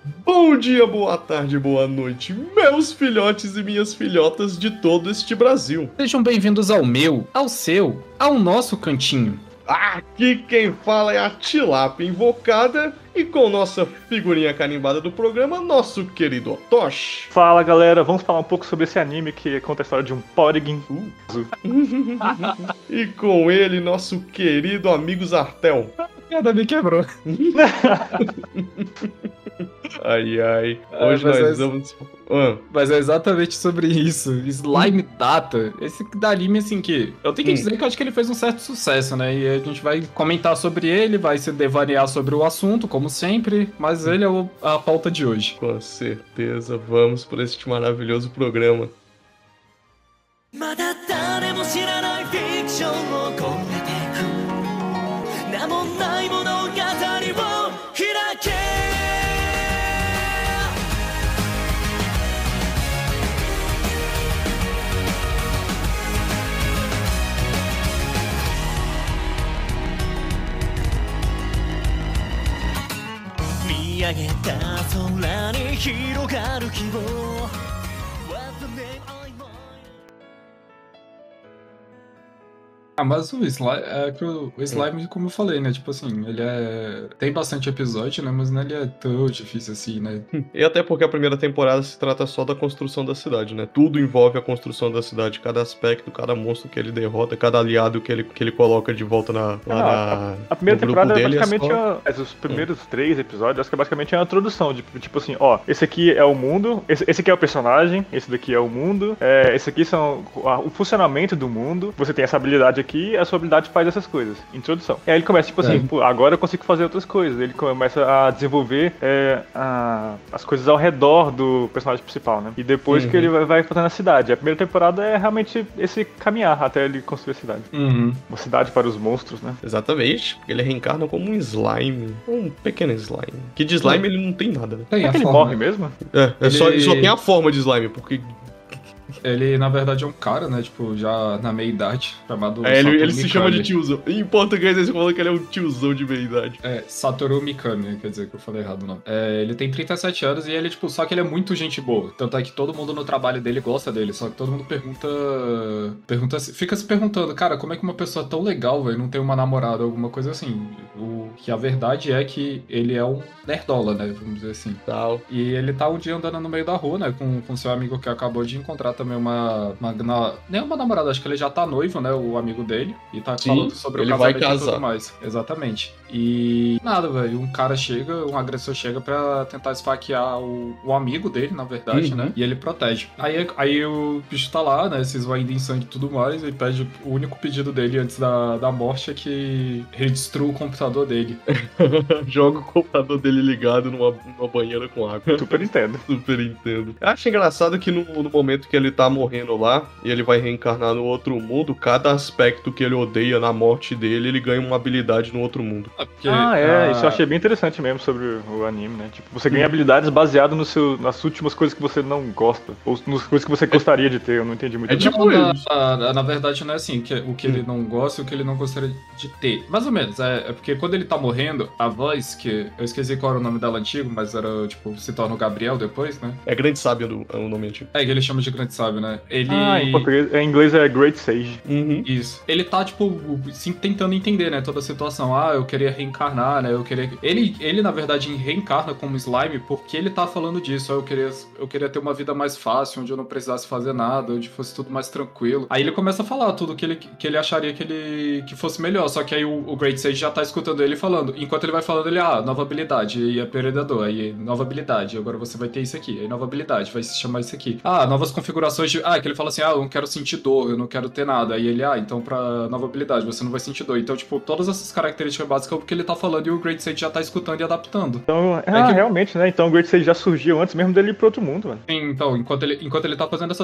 Bom dia, boa tarde, boa noite, meus filhotes e minhas filhotas de todo este Brasil. Sejam bem-vindos ao meu, ao seu, ao nosso cantinho. Aqui quem fala é a Tilápia Invocada e com nossa figurinha carimbada do programa, nosso querido Otoshi. Fala galera, vamos falar um pouco sobre esse anime que conta a história de um Porygon. E com ele, nosso querido amigo Zartel. Cada me quebrou. Ai, hoje nós vamos... Mas é exatamente sobre isso. Slime Data. Esse da anime, assim, que... Eu tenho que dizer que eu acho que ele fez um certo sucesso, né? E a gente vai comentar sobre ele, vai se devanear sobre o assunto, como sempre. Mas ele é a pauta de hoje. Com certeza, vamos por este maravilhoso programa. Mas o Slime, como eu falei, né? Tipo assim, ele tem bastante episódio, né? Mas não ele é tão difícil assim, né? E até porque a primeira temporada se trata só da construção da cidade, né? Tudo envolve a construção da cidade, cada aspecto, cada monstro que ele derrota, cada aliado que ele coloca de volta a primeira temporada dele, basicamente os primeiros 3 episódios, acho que basicamente é uma introdução, tipo assim, ó, esse aqui é o mundo, esse aqui é o personagem, esse daqui é o mundo, esse aqui são o funcionamento do mundo, você tem essa habilidade aqui, a sua habilidade faz essas coisas. Introdução. E aí ele começa, tipo assim, pô, agora eu consigo fazer outras coisas. Ele começa a desenvolver as coisas ao redor do personagem principal, né? E depois que ele vai fazendo a cidade. A primeira temporada é realmente esse caminhar até ele construir a cidade. Uma cidade para os monstros, né? Exatamente, porque ele reencarna como um slime, um pequeno slime. Que de slime ele não tem nada, né? É que ele morre mesmo? Só tem a forma de slime, porque... Ele, na verdade, é um cara, né? Tipo, já na meia-idade, chamado ele se chama de tiozão. Em português, eles falam que ele é um tiozão de meia-idade. Satoru Mikami, quer dizer que eu falei errado o nome. Ele tem 37 anos e ele, tipo, só que ele é muito gente boa. Tanto é que todo mundo no trabalho dele gosta dele, só que todo mundo fica se perguntando, cara, como é que uma pessoa tão legal, velho, não tem uma namorada, alguma coisa assim. O que a verdade é que ele é um nerdola, né? Vamos dizer assim. Tal. E ele tá um dia andando no meio da rua, né? Com seu amigo que acabou de encontrar também nem uma namorada, acho que ele já tá noivo, né? O amigo dele. E tá falando sobre o casamento e tudo mais. Exatamente. E nada, velho. Um agressor chega pra tentar esfaquear o amigo dele, na verdade, né? E ele protege. Aí o bicho tá lá, né? Se esvaindo em sangue e tudo mais. E pede o único pedido dele antes da morte é que ele destrua o computador dele. Joga o computador dele ligado numa banheira com água. Super entendo. Super entendo. Eu acho engraçado que no momento que ele tá morrendo lá e ele vai reencarnar no outro mundo, cada aspecto que ele odeia na morte dele, ele ganha uma habilidade no outro mundo. Isso eu achei bem interessante mesmo sobre o anime, né? Tipo, você ganha habilidades baseadas nas últimas coisas que você não gosta, ou nas coisas que você gostaria de ter, eu não entendi muito. Na verdade não é assim, o que ele não gosta e o que ele não gostaria de ter. Mais ou menos, é porque quando ele tá morrendo, a voz, que eu esqueci qual era o nome dela antigo, mas era, tipo, se torna o Gabriel depois, né? É Grande Sábio o nome antigo. Que ele chama de Grande Sábio, né? Em português, em inglês é Great Sage. Isso. Ele tá, tipo, tentando entender, né, toda a situação. Eu queria reencarnar, né, Ele, na verdade, reencarna como slime porque ele tá falando disso. Eu queria ter uma vida mais fácil, onde eu não precisasse fazer nada, onde fosse tudo mais tranquilo. Aí ele começa a falar tudo que ele acharia que fosse melhor, só que aí o Great Sage já tá escutando ele falando. Enquanto ele vai falando, ele, nova habilidade, e é predador, aí nova habilidade, agora você vai ter isso aqui, aí nova habilidade, vai se chamar isso aqui. Novas configurações de... que ele fala assim, eu não quero sentir dor, eu não quero ter nada. Aí ele, então pra nova habilidade, você não vai sentir dor. Então, tipo, todas essas características básicas é o que ele tá falando e o Great Sage já tá escutando e adaptando. Então, realmente, né? Então o Great Sage já surgiu antes mesmo dele ir pro outro mundo, mano. Então, enquanto ele tá fazendo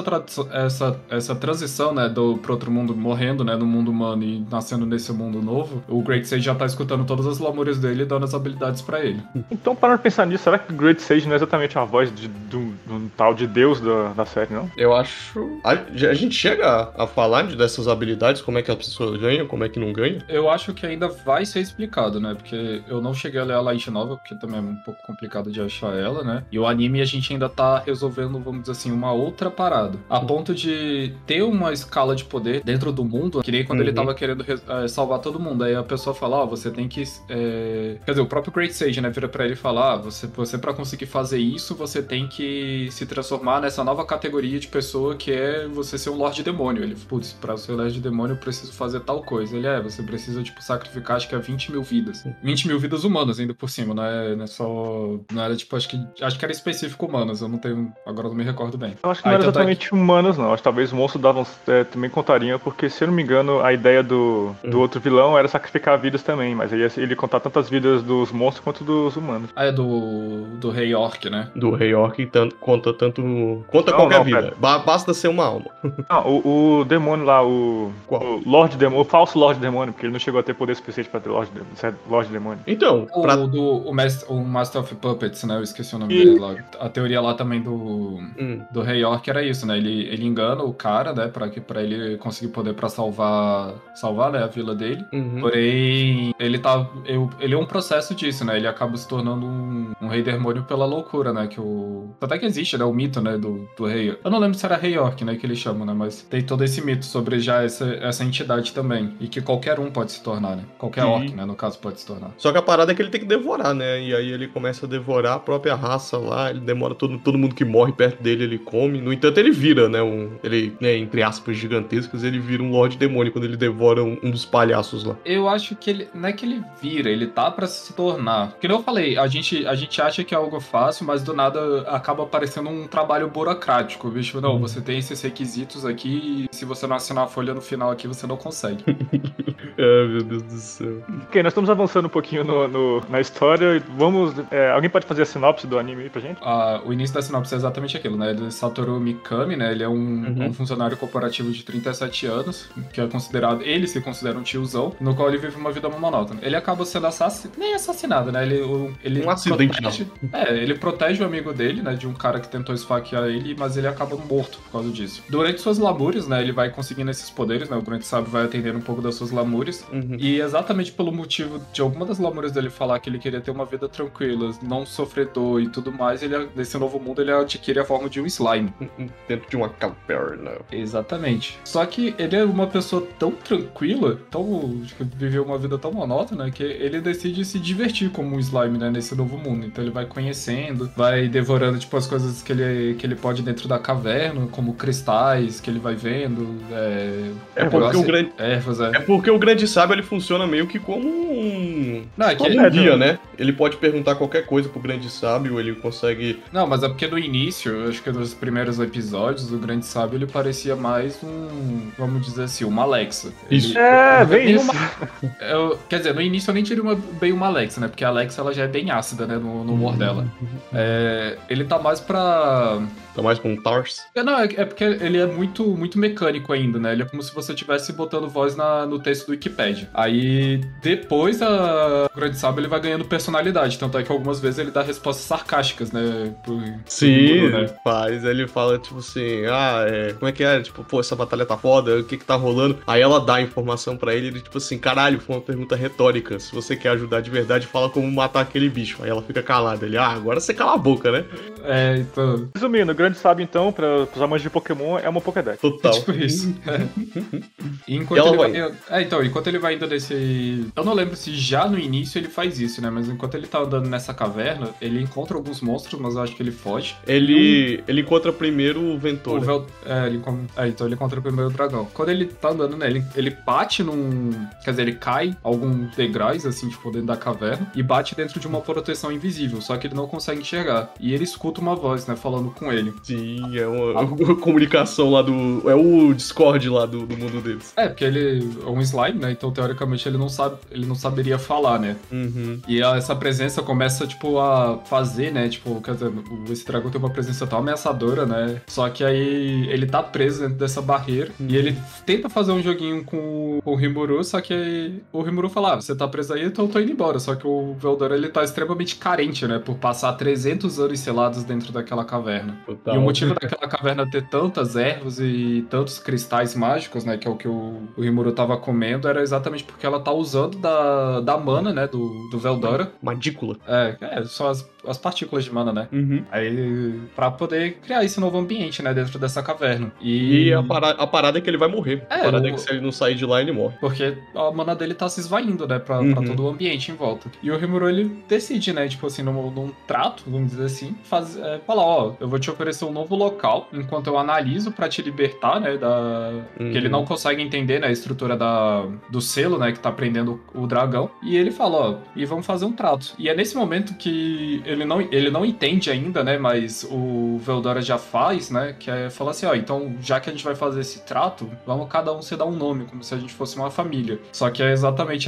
essa transição, né, pro outro mundo, morrendo, né, no mundo humano e nascendo nesse mundo novo, o Great Sage já tá escutando todas todas as lamúrias dele, dando as habilidades pra ele. Então, para pensar nisso, será que o Great Sage não é exatamente a voz de um tal de Deus da série, não? Eu acho... A gente chega a falar dessas habilidades, como é que a pessoa ganha, como é que não ganha? Eu acho que ainda vai ser explicado, né? Porque eu não cheguei a ler a Light Novel, porque também é um pouco complicado de achar ela, né? E o anime a gente ainda tá resolvendo, vamos dizer assim, uma outra parada. A ponto de ter uma escala de poder dentro do mundo, que nem quando ele tava querendo salvar todo mundo. Aí a pessoa fala, ó, você tem que... Quer dizer, o próprio Great Sage, né? Vira pra ele falar, você pra conseguir fazer isso, você tem que se transformar nessa nova categoria de pessoa que é você ser um Lorde Demônio. Ele, putz, pra ser Lorde Demônio eu preciso fazer tal coisa. Ele, você precisa, tipo, sacrificar, acho que é 20 mil vidas. 20 mil vidas humanas ainda por cima, não é só... Não era, tipo, acho que era específico humanas, eu não tenho... Agora eu não me recordo bem. Eu acho que não era exatamente humanos, não. Acho que talvez os monstros davam, também contariam, porque, se eu não me engano, a ideia do outro vilão era sacrificar vidas também, mas ele ia contar tantas vidas dos monstros quanto dos humanos. É do Rei Orc, né? Do Rei Orc conta qualquer vida. Basta ser uma alma. Não, o demônio lá, o Lorde Demônio, o falso Lorde Demônio, porque ele não chegou a ter poder suficiente pra ter Lorde Demônio. Então, o Master of Puppets, né? Eu esqueci o nome dele lá. A teoria lá também do Rei Orc era isso, né? Ele engana o cara, né? Pra ele conseguir poder pra salvar, né? A vila dele. Porém, ele é um processo disso, né? Ele acaba se tornando um rei demônio pela loucura, né? Até que existe, né? O mito, né? Do rei. Eu não lembro se era Rei Orc, né? Que eles chamam, né? Mas tem todo esse mito sobre já essa entidade também. E que qualquer um pode se tornar, né? Qualquer orc, né? No caso, pode se tornar. Só que a parada é que ele tem que devorar, né? E aí ele começa a devorar a própria raça lá. Ele demora todo mundo que morre perto dele, ele come. No entanto, ele vira, né? Ele, né, entre aspas gigantescas, ele vira um Lorde Demônio quando ele devora um dos palhaços lá. Eu acho que ele... Não é que ele vira, ele tá pra se tornar. Porque como eu falei, a gente acha que é algo fácil, mas do nada acaba parecendo um trabalho burocrático, bicho. Não, você tem esses requisitos aqui e se você não assinar a folha no final aqui, você não consegue. Ai, meu Deus do céu. Ok, nós estamos avançando um pouquinho na história. Vamos... alguém pode fazer a sinopse do anime aí pra gente? O início da sinopse é exatamente aquilo, né? Ele é Satoru Mikami, né? Ele é um funcionário corporativo de 37 anos, que é considerado... Ele se considera um tiozão, no qual ele vive uma vida monótona. Ele acaba sendo nem assassinado, né? Ele um acidente, ele protege o amigo dele, né? De um cara que tentou esfaquear ele, mas ele acaba morto por causa disso. Durante suas lamúrias, né? Ele vai conseguindo esses poderes, né? O Grande Sábio vai atendendo um pouco das suas lamúrias. E exatamente pelo motivo de alguma das lamúrias dele falar que ele queria ter uma vida tranquila, não sofrer dor e tudo mais, nesse novo mundo ele adquire a forma de um slime. Dentro de uma caverna. Exatamente. Só que ele é uma pessoa tão tranquila, viveu uma vida tão monótona, que ele decide se divertir como um slime, né? Nesse novo mundo. Então ele vai conhecendo, vai devorando, tipo, as coisas que ele pode dentro da caverna, como cristais que ele vai vendo. Porque o Grande Sábio ele funciona meio que como um guia, né? Ele pode perguntar qualquer coisa pro Grande Sábio, ele consegue... Não, mas é porque no início, acho que nos primeiros episódios, o Grande Sábio ele parecia mais vamos dizer assim, uma Alexa. Isso. Bem isso. Quer dizer, no início eu nem diria bem uma Alexa, né? Porque a Alexa ela já é bem ácida, né? No humor dela. Ele tá mais pra... Tá mais pra um Tars? Não, é porque ele é muito, muito mecânico ainda, né? Ele é como se você estivesse botando voz no texto do Wikipedia. Aí, depois, o Grande Sábio ele vai ganhando personalidade. Tanto é que algumas vezes ele dá respostas sarcásticas, né? Sim, mundo, né? Faz. Ele fala, tipo assim, como é que é? Tipo, pô, essa batalha tá foda, o que tá rolando? Aí ela dá a informação pra ele, tipo assim, caralho, foi uma pergunta retórica. Se você quer ajudar de verdade, fala como matar aquele bicho. Aí ela fica calada. Ele, agora você cala a boca, né? Então... Resumindo, o Grande Sábio, então, para os amantes de Pokémon, é uma Pokédex. Total. Tipo isso. Enquanto ele vai indo nesse... Eu não lembro se já no início ele faz isso, né? Mas enquanto ele tá andando nessa caverna, ele encontra alguns monstros, mas eu acho que ele foge. Ele encontra primeiro o Ventura. Então ele encontra primeiro o dragão. Quando ele tá andando, né? Ele bate Quer dizer, ele cai alguns degraus, assim, tipo, dentro da caverna, e bate dentro de uma proteção invisível, só que ele não consegue enxergar. E ele escuta uma voz, né? Falando com ele. Sim, é uma comunicação lá do... É o Discord lá do mundo deles. Porque ele é um slime, né? Então, teoricamente, ele não saberia falar, né? E essa presença começa, tipo, a fazer, né? Tipo, quer dizer, esse dragão tem uma presença tão ameaçadora, né? Só que aí ele tá preso dentro dessa barreira e ele tenta fazer um joguinho com o Rimuru, só que aí o Rimuru fala, você tá preso aí, então eu tô indo embora. Só que o Veldor, ele tá extremamente carente, né? Por passar 300 anos selados dentro daquela caverna. Total. E o motivo daquela caverna ter tantas ervas e tantos cristais mágicos, né? Que é o que o Rimuru tava comendo, era exatamente porque ela tá usando da mana, né? Do Veldora. Madícula. São as partículas de mana, né? Uhum. Aí, pra poder criar esse novo ambiente, né? Dentro dessa caverna. E a parada é que ele vai morrer. A parada é que se ele não sair de lá, ele morre. Porque a mana dele tá se esvaindo, né? Pra todo o ambiente em volta. E o Rimuru, ele decide, né? Tipo assim, num trato, vamos dizer assim, falar, ó, eu vou te oferecer um novo local, enquanto eu analiso pra te libertar, né? Que ele não consegue entender, né? A estrutura do selo, né? Que tá prendendo o dragão. E ele fala, ó, e vamos fazer um trato. E é nesse momento que ele não entende ainda, né? Mas o Veldora já faz, né? Que é falar assim, ó, então, já que a gente vai fazer esse trato, vamos cada um se dar um nome, como se a gente fosse uma família. Só que é exatamente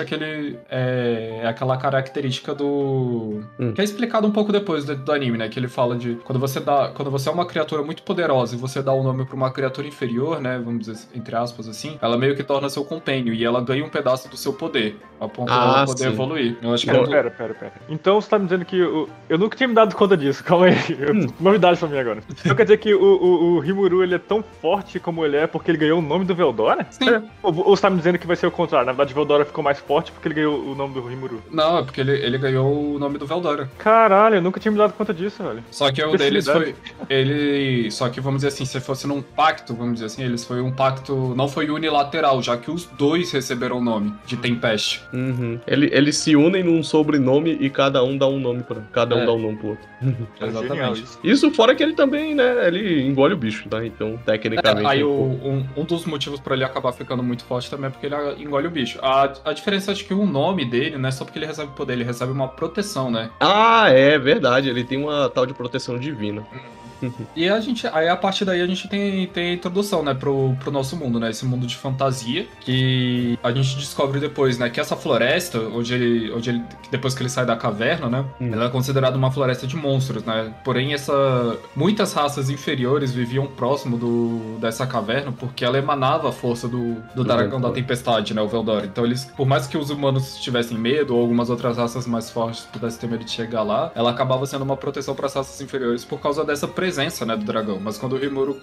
aquela característica que é explicado um pouco depois do anime, né? Que ele fala de quando você é uma criatura muito poderosa e você dá um nome pra uma criatura inferior, né? Vamos dizer, entre aspas, assim, ela meio que torna seu companion e ela ganha um pedaço do seu poder, a ponto dela poder evoluir. Eu acho que Pera. Então você tá me dizendo que eu nunca tinha me dado conta disso, calma aí. Novidade pra mim agora. Então quer dizer que o Rimuru, ele é tão forte como ele é porque ele ganhou o nome do Veldora? Sim. Ou você tá me dizendo que vai ser o contrário? Na verdade, o Veldora ficou mais forte porque ele ganhou o nome do Rimuru. Não, é porque ele ganhou o nome do Veldora. Caralho, eu nunca tinha me dado conta disso, velho. Só que o deles foi... Só que, vamos dizer assim, se fosse num pacto, vamos dizer assim, eles foi um pacto... Não foi unilateral, já que os dois receberam o nome de Tempest. Uhum. Eles se unem num sobrenome e cada um dá um nome pro outro. Exatamente. Isso fora que ele também, né, ele engole o bicho, tá? Então, tecnicamente... Aí um dos motivos pra ele acabar ficando muito forte também é porque ele engole o bicho. A diferença é que o nome dele não é só porque ele recebe poder, ele recebe uma proteção, né? Ah, é verdade, ele tem uma tal de proteção divina. E aí a partir daí a gente tem a introdução, né, pro nosso mundo, né, esse mundo de fantasia, que a gente descobre depois, né, que essa floresta, onde ele depois que ele sai da caverna, né, ela é considerada uma floresta de monstros, né, porém muitas raças inferiores viviam próximo dessa caverna, porque ela emanava a força do dragão da tempestade, né, o Veldor. Então eles, por mais que os humanos tivessem medo, ou algumas outras raças mais fortes pudessem ter medo de chegar lá, ela acabava sendo uma proteção para as raças inferiores por causa dessa presença, né, do dragão. Mas quando o Rimuru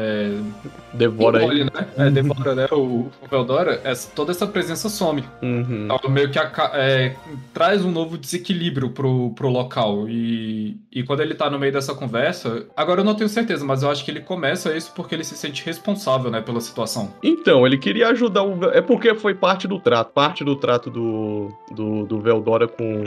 devora ele, né? Devora, né, o Veldora, toda essa presença some. Ela meio que traz um novo desequilíbrio pro local. E quando ele tá no meio dessa conversa, agora eu não tenho certeza, mas eu acho que ele começa isso porque ele se sente responsável, né, pela situação. Então, ele queria ajudar é porque foi parte do trato do Veldora com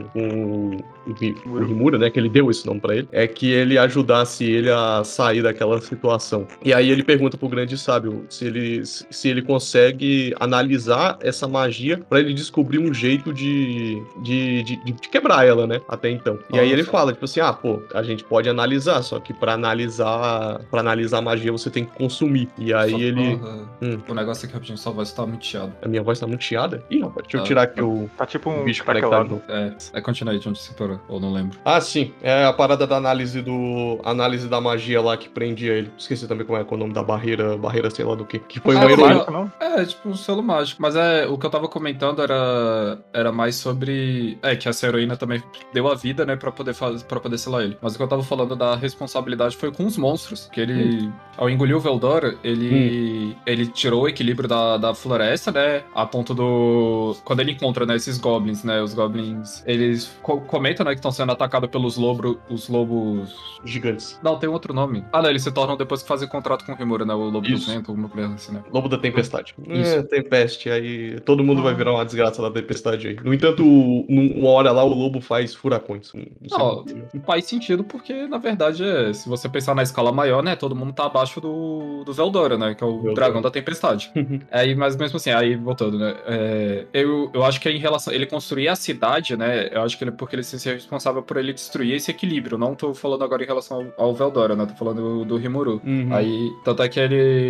o Rimura, né, que ele deu esse nome pra ele, é que ele ajudasse ele a sair daquela situação. E aí ele pergunta pro grande sábio se ele consegue analisar essa magia pra ele descobrir um jeito de quebrar ela, né, até então. E aí ele fala, tipo assim, a gente pode analisar, só que pra analisar a magia você tem que consumir. E aí ele... O negócio aqui, rapidinho, sua voz tá muito chiada. A minha voz tá muito chiada? Ih, rapaz, deixa eu tirar aqui o... Tá tipo um bicho conectado. Continua aí de onde você parou, ou não lembro. Ah, sim. É a parada da análise da magia lá que prendia ele. Esqueci também como é o nome da barreira sei lá do que. Que foi uma heroína. Não? Tipo um selo mágico. Mas o que eu tava comentando era mais sobre... que essa heroína também deu a vida, né, pra poder selar ele. Mas o que eu tava falando da responsabilidade foi com os monstros. Que ele, ao engolir o Veldora, ele tirou o equilíbrio da floresta, né, a ponto quando ele encontra, né, esses goblins, né, os goblins, eles comentam, né, que estão sendo atacados pelos lobos... gigantes. Não, tem outro nome. Não, eles se tornam depois que fazem contrato com o Rimura, né, o lobo do vento, alguma coisa assim, né. Lobo da tempestade. Tempeste, aí todo mundo vai virar uma desgraça da tempestade aí. No entanto, uma hora lá o lobo faz furacões. Não, faz sentido porque, na verdade, se você pensar na escala maior, né, todo mundo tá abaixo do Veldora, né, que é o dragão da tempestade. Mas mesmo assim, aí voltando, né, eu acho que em relação... Ele construir a cidade, né, eu acho que porque ele se sente responsável por ele destruir esse equilíbrio. Não tô falando agora em relação ao Veldora. adora, né? Tô falando do Rimuru. Uhum. Aí, tanto é que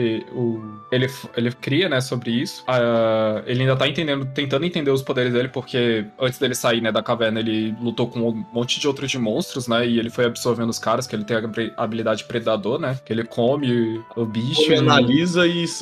ele cria, né, sobre isso. Ele ainda tá tentando entender os poderes dele, porque antes dele sair, né, da caverna, ele lutou com um monte de outros de monstros, né? E ele foi absorvendo os caras, que ele tem a habilidade predador, né? Que ele come o bicho. Ele analisa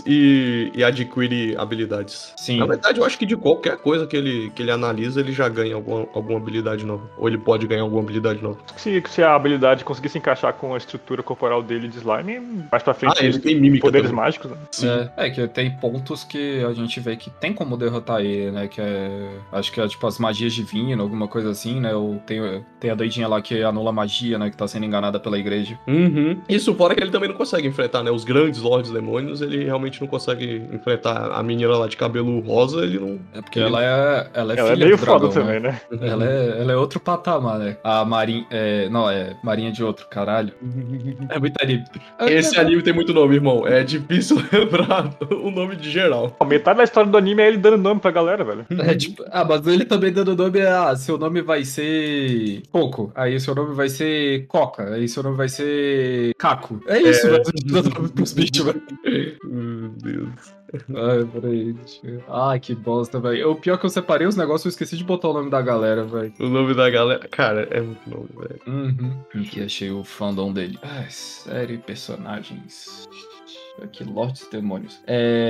e adquire habilidades. Sim. Na verdade, eu acho que de qualquer coisa que ele analisa, ele já ganha alguma habilidade nova. Ou ele pode ganhar alguma habilidade nova. Se a habilidade conseguir se encaixar com a estrutura corporal dele de slime, mais pra frente ele tem mímica poderes também. mágicos, né? Sim. É que tem pontos que a gente vê que tem como derrotar ele, né? Que acho que é tipo as magias divinas, alguma coisa assim, né? Ou tem a doidinha lá que anula a magia, né? Que tá sendo enganada pela igreja. Uhum. Isso fora que ele também não consegue enfrentar, né? Os grandes Lordes Demônios, ele realmente não consegue enfrentar a menina lá de cabelo rosa, ele não... É porque ela é filha Ela é meio do dragão, foda também, né? Ela é outro patamar, né? A Marinha... Não, é Marinha de outro, caralho. É muito anime. Esse anime tem muito nome, irmão. É difícil lembrar o nome de geral. Metade da história do anime é ele dando nome pra galera, velho. Tipo, mas ele também dando nome seu nome vai ser Coco, aí seu nome vai ser Coca, aí seu nome vai ser Caco. É isso, velho. Dando nome pros bichos, velho. Meu Deus. Ai, peraí. Ai, que bosta, velho. O pior é que eu separei os negócios, eu esqueci de botar o nome da galera, velho. O nome da galera... Cara, é muito nome, velho. Uhum. Aqui achei o fandom dele. Ai, série, personagens... Aqui, Lordes Demônios.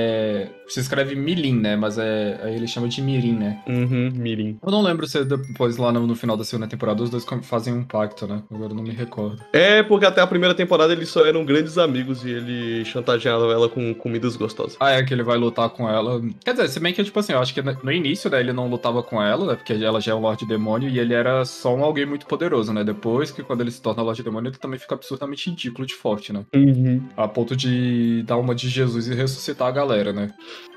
Se escreve Milin, né? Mas aí ele chama de Mirim, né? Uhum, Mirim. Eu não lembro se depois, lá no final da segunda temporada, os dois fazem um pacto, né? Agora eu não me recordo. É, porque até a primeira temporada eles só eram grandes amigos e ele chantageava ela com comidas gostosas. É que ele vai lutar com ela. Quer dizer, se bem que, tipo assim, eu acho que no início, né, ele não lutava com ela, né? Porque ela já é um Lorde Demônio e ele era só alguém muito poderoso, né? Depois que quando ele se torna Lorde Demônio, ele também fica absurdamente ridículo de forte, né? Uhum. A ponto de dar uma de Jesus e ressuscitar a galera, né?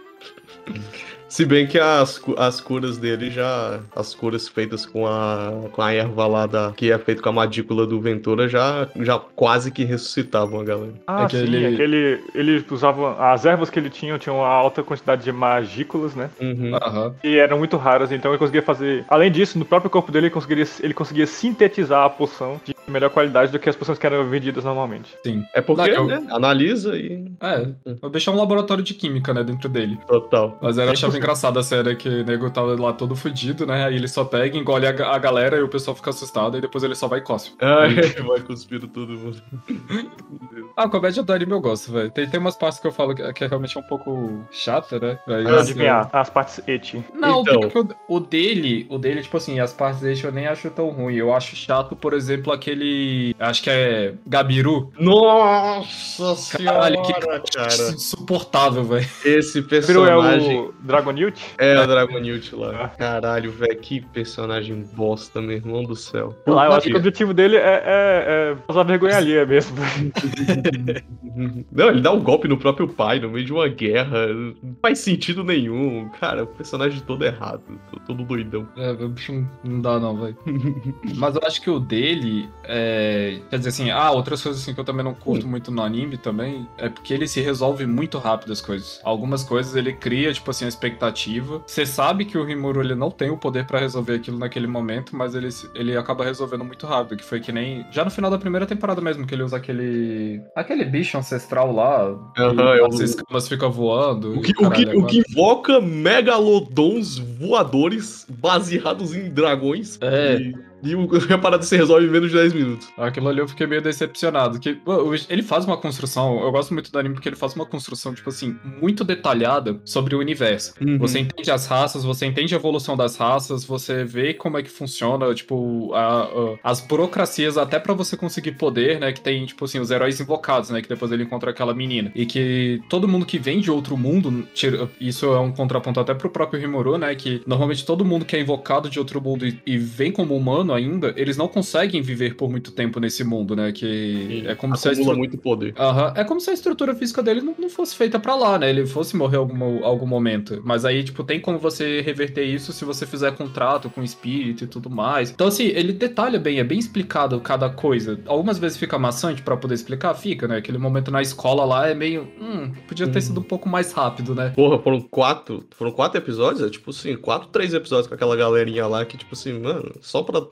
Se bem que as curas dele já... As curas feitas com a erva lá que é feita com a madícula do Ventura já quase que ressuscitavam a galera. Ah, sim, ele usava... As ervas que ele tinham uma alta quantidade de magículas, né? Uhum. Aham. E eram muito raras, então ele conseguia fazer... Além disso, no próprio corpo dele, ele conseguia sintetizar a poção de melhor qualidade do que as poções que eram vendidas normalmente. Sim. É porque, Não, né? Analisa e... Vou deixar um laboratório de química, né, dentro dele. Total. Mas eu achava engraçada a série que o nego tava lá todo fudido, né? Aí ele só pega, engole a galera e o pessoal fica assustado e depois ele só vai e cospe. Vai cuspir todo mundo. A comédia do anime eu gosto, velho. Tem umas partes que eu falo que é realmente um pouco chata, né? Aí, Adivinhar, as partes eti. Não, Então. porque o dele, tipo assim, as partes dele eu nem acho tão ruim. Eu acho chato, por exemplo, aquele... Acho que é Gabiru. Nossa senhora, Caralho, que cara. insuportável, velho. Esse Gabiru personagem... é o Dragonute? É o Dragonute lá. Caralho, velho, que personagem bosta, meu irmão do céu. Eu acho que o objetivo dele é causar vergonha alheia mesmo. Não, ele dá um golpe no próprio pai no meio de uma guerra. Não faz sentido nenhum. Cara, o personagem todo errado. Todo doidão. O bicho não dá não, velho. Mas eu acho que o dele quer dizer assim, outras coisas assim que eu também não curto muito no anime também, é porque ele se resolve muito rápido as coisas. Algumas coisas ele cria, tipo assim, a expectativa. Você sabe que o Rimuru, ele não tem o poder pra resolver aquilo naquele momento, mas ele acaba resolvendo muito rápido, que foi que nem... Já no final da primeira temporada mesmo, que ele usa aquele bicho ancestral lá, as escamas ficam voando. O que invoca megalodons voadores baseados em dragões. E a parada se resolve em menos de 10 minutos. Aquilo ali eu fiquei meio decepcionado. Ele faz uma construção, eu gosto muito do anime porque ele faz uma construção, tipo assim, muito detalhada sobre o universo. Uhum. Você entende as raças, você entende a evolução das raças, você vê como é que funciona, tipo, as burocracias até pra você conseguir poder, né? Que tem, tipo assim, os heróis invocados, né? Que depois ele encontra aquela menina. E que todo mundo que vem de outro mundo, isso é um contraponto até pro próprio Rimuru, né? Que normalmente todo mundo que é invocado de outro mundo e vem como humano ainda, eles não conseguem viver por muito tempo nesse mundo, né? Que é como se muito poder. É como se a estrutura física dele não fosse feita pra lá, né? Ele fosse morrer algum momento. Mas aí, tipo, tem como você reverter isso se você fizer contrato com o espírito e tudo mais. Então, assim, ele detalha bem, é bem explicado cada coisa. Algumas vezes fica maçante pra poder explicar, fica, né? Aquele momento na escola lá é meio... podia ter sido um pouco mais rápido, né? Porra, foram quatro episódios? É tipo assim, 3 episódios com aquela galerinha lá que, tipo assim, mano, só pra dar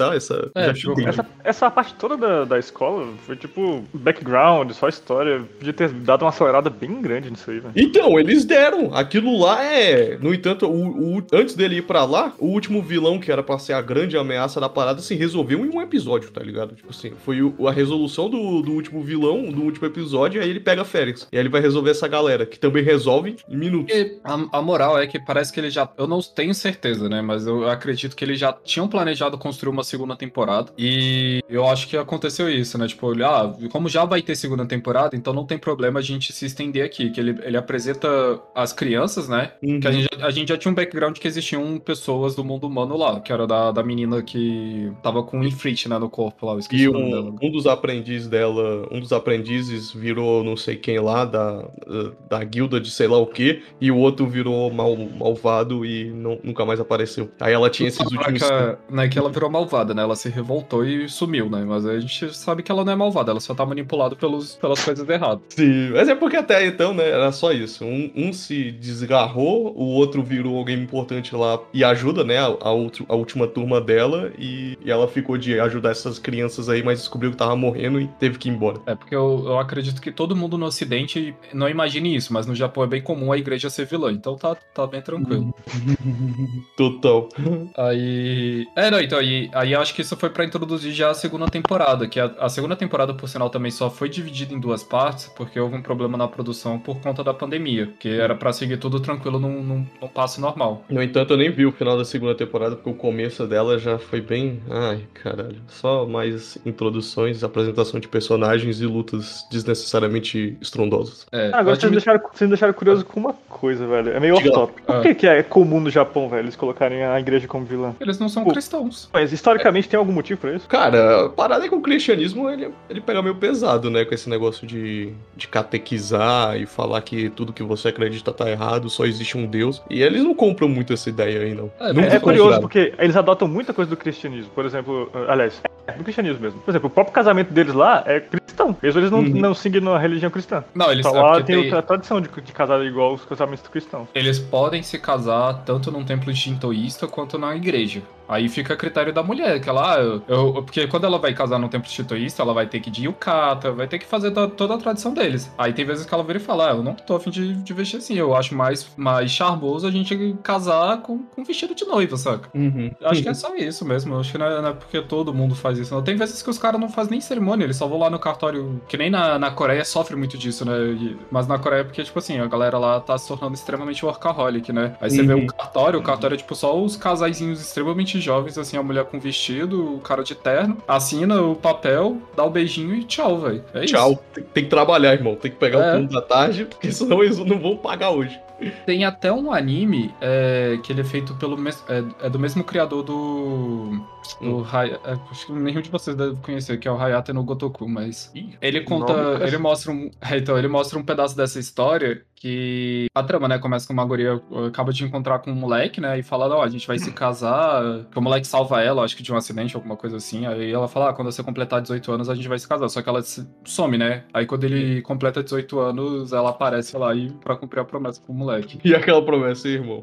já. Já tipo, Essa parte toda da escola foi tipo background, só história. Podia ter dado uma acelerada bem grande nisso aí, velho. Então, eles deram. Aquilo lá No entanto, antes dele ir pra lá, o último vilão, que era pra ser a grande ameaça da parada, se resolveu em um episódio, tá ligado? Tipo assim, foi a resolução do último vilão, do último episódio, e aí ele pega férias. E aí ele vai resolver essa galera, que também resolve em minutos. E a moral é que parece que ele já. Eu não tenho certeza, né? Mas eu acredito que eles já tinham planejado construir uma segunda temporada. E eu acho que aconteceu isso, né? Tipo, como já vai ter segunda temporada, então não tem problema a gente se estender aqui. Que ele apresenta as crianças, né? Uhum. Que a gente já tinha um background que existiam pessoas do mundo humano lá, que era da menina que tava com um Ifrit, né, no corpo lá. Eu esqueci E o nome dela. um dos aprendizes virou não sei quem lá, da guilda de sei lá o que, e o outro virou malvado e nunca mais apareceu. Aí ela tinha esses últimos... Não é que ela virou malvada, né? Ela se revoltou e sumiu, né? Mas a gente sabe que ela não é malvada, ela só tá manipulada pelas coisas erradas. Sim, mas é porque até então, né, era só isso. Um se desgarrou, o outro virou alguém importante lá e ajuda, né, a última turma dela, e ela ficou de ajudar essas crianças aí, mas descobriu que tava morrendo e teve que ir embora. É, porque eu acredito que todo mundo no Ocidente não imagine isso, mas no Japão é bem comum a igreja ser vilã, então tá bem tranquilo. Total. Aí. Não, então, aí eu acho que isso foi pra introduzir já a segunda temporada, que a segunda temporada, por sinal, também só foi dividida em duas partes, porque houve um problema na produção por conta da pandemia, que era pra seguir tudo tranquilo num passo normal. No entanto, eu nem vi o final da segunda temporada, porque o começo dela já foi bem... Ai, caralho. Só mais introduções, apresentação de personagens e lutas desnecessariamente estrondosas. Agora vocês me deixaram curioso com uma coisa, velho. É meio off-top. Por que é comum no Japão, velho, eles colocarem a igreja como vilã? Eles não são cristãos. Mas historicamente tem algum motivo pra isso? Cara, a parada é que o cristianismo, ele pega meio pesado, né? Com esse negócio de catequizar e falar que tudo que você acredita tá errado, só existe um Deus. E eles não compram muito essa ideia aí, não. É curioso, porque eles adotam muita coisa do cristianismo. Por exemplo, aliás, do cristianismo mesmo. Por exemplo, o próprio casamento deles lá é cristão. Mesmo eles não seguem a religião cristã. Não, eles lá tem a tradição de casar igual os casamentos cristãos. Eles podem se casar tanto num templo shintoísta quanto na igreja. Aí fica a critério da mulher, que ela... porque quando ela vai casar num templo shintoísta, ela vai ter que ir de yukata, vai ter que fazer toda a tradição deles. Aí tem vezes que ela vira e fala, eu não tô a fim de vestir assim, eu acho mais charmoso a gente casar com vestido de noiva, saca? Acho que é só isso mesmo, eu acho que não é porque todo mundo faz isso, não. Tem vezes que os caras não fazem nem cerimônia, eles só vão lá no cartório, que nem na Coreia sofre muito disso, né? Mas na Coreia, porque, tipo assim, a galera lá tá se tornando extremamente workaholic, né? Aí você vê o cartório é tipo só os casaizinhos extremamente jovens, assim, a mulher com vestido, o cara de terno, assina o papel, dá o beijinho e tchau, velho. É isso. Tchau. Tem que trabalhar, irmão. Tem que pegar o turno da tarde, porque senão eles não vão pagar hoje. Tem até um anime que ele é feito pelo do mesmo criador do acho que nenhum de vocês deve conhecer, que é o Hayate no Gotoku, mas ele conta, ele mostra um pedaço dessa história que a trama, né, começa com uma guria, acaba de encontrar com um moleque, né, e fala, a gente vai se casar, que o moleque salva ela, acho que de um acidente, alguma coisa assim, aí ela fala, quando você completar 18 anos a gente vai se casar, só que ela some, né, aí quando ele completa 18 anos, ela aparece lá pra cumprir a promessa pro moleque. E aquela promessa aí, irmão?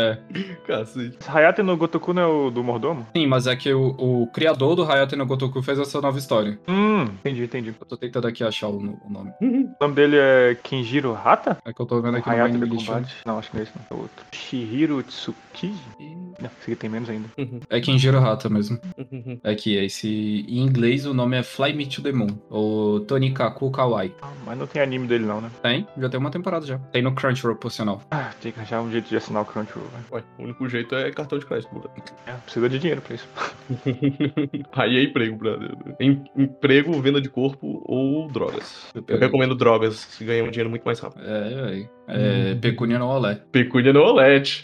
Cacete. Hayate no Gotoku não é o do mordomo? Sim, mas é que o criador do Hayate no Gotoku fez essa nova história. Entendi. Eu tô tentando aqui achar o nome. O nome dele é Kenjiro Hata? É que eu tô vendo aqui Hayate no no English. combate. Não, acho que não é esse, não. É outro. Shihiro Tsukiji? Não, esse aqui tem menos ainda. É Kenjiro Hata mesmo. É que em inglês o nome é Fly Me to the Moon, ou Tonikaku Kawaii. Mas não tem anime dele não, né? Tem, já tem uma temporada já. Tem no Crunchyroll, por sinal. Tem que achar um jeito de assinar o Crunchyroll, velho. Ué, o único jeito é cartão de crédito, brother. Precisa de dinheiro pra isso. Aí é emprego, brother. Emprego, venda de corpo ou drogas. Eu recomendo drogas, se ganha um dinheiro muito mais rápido. Pecúnia no olé. Pecúnia no olete.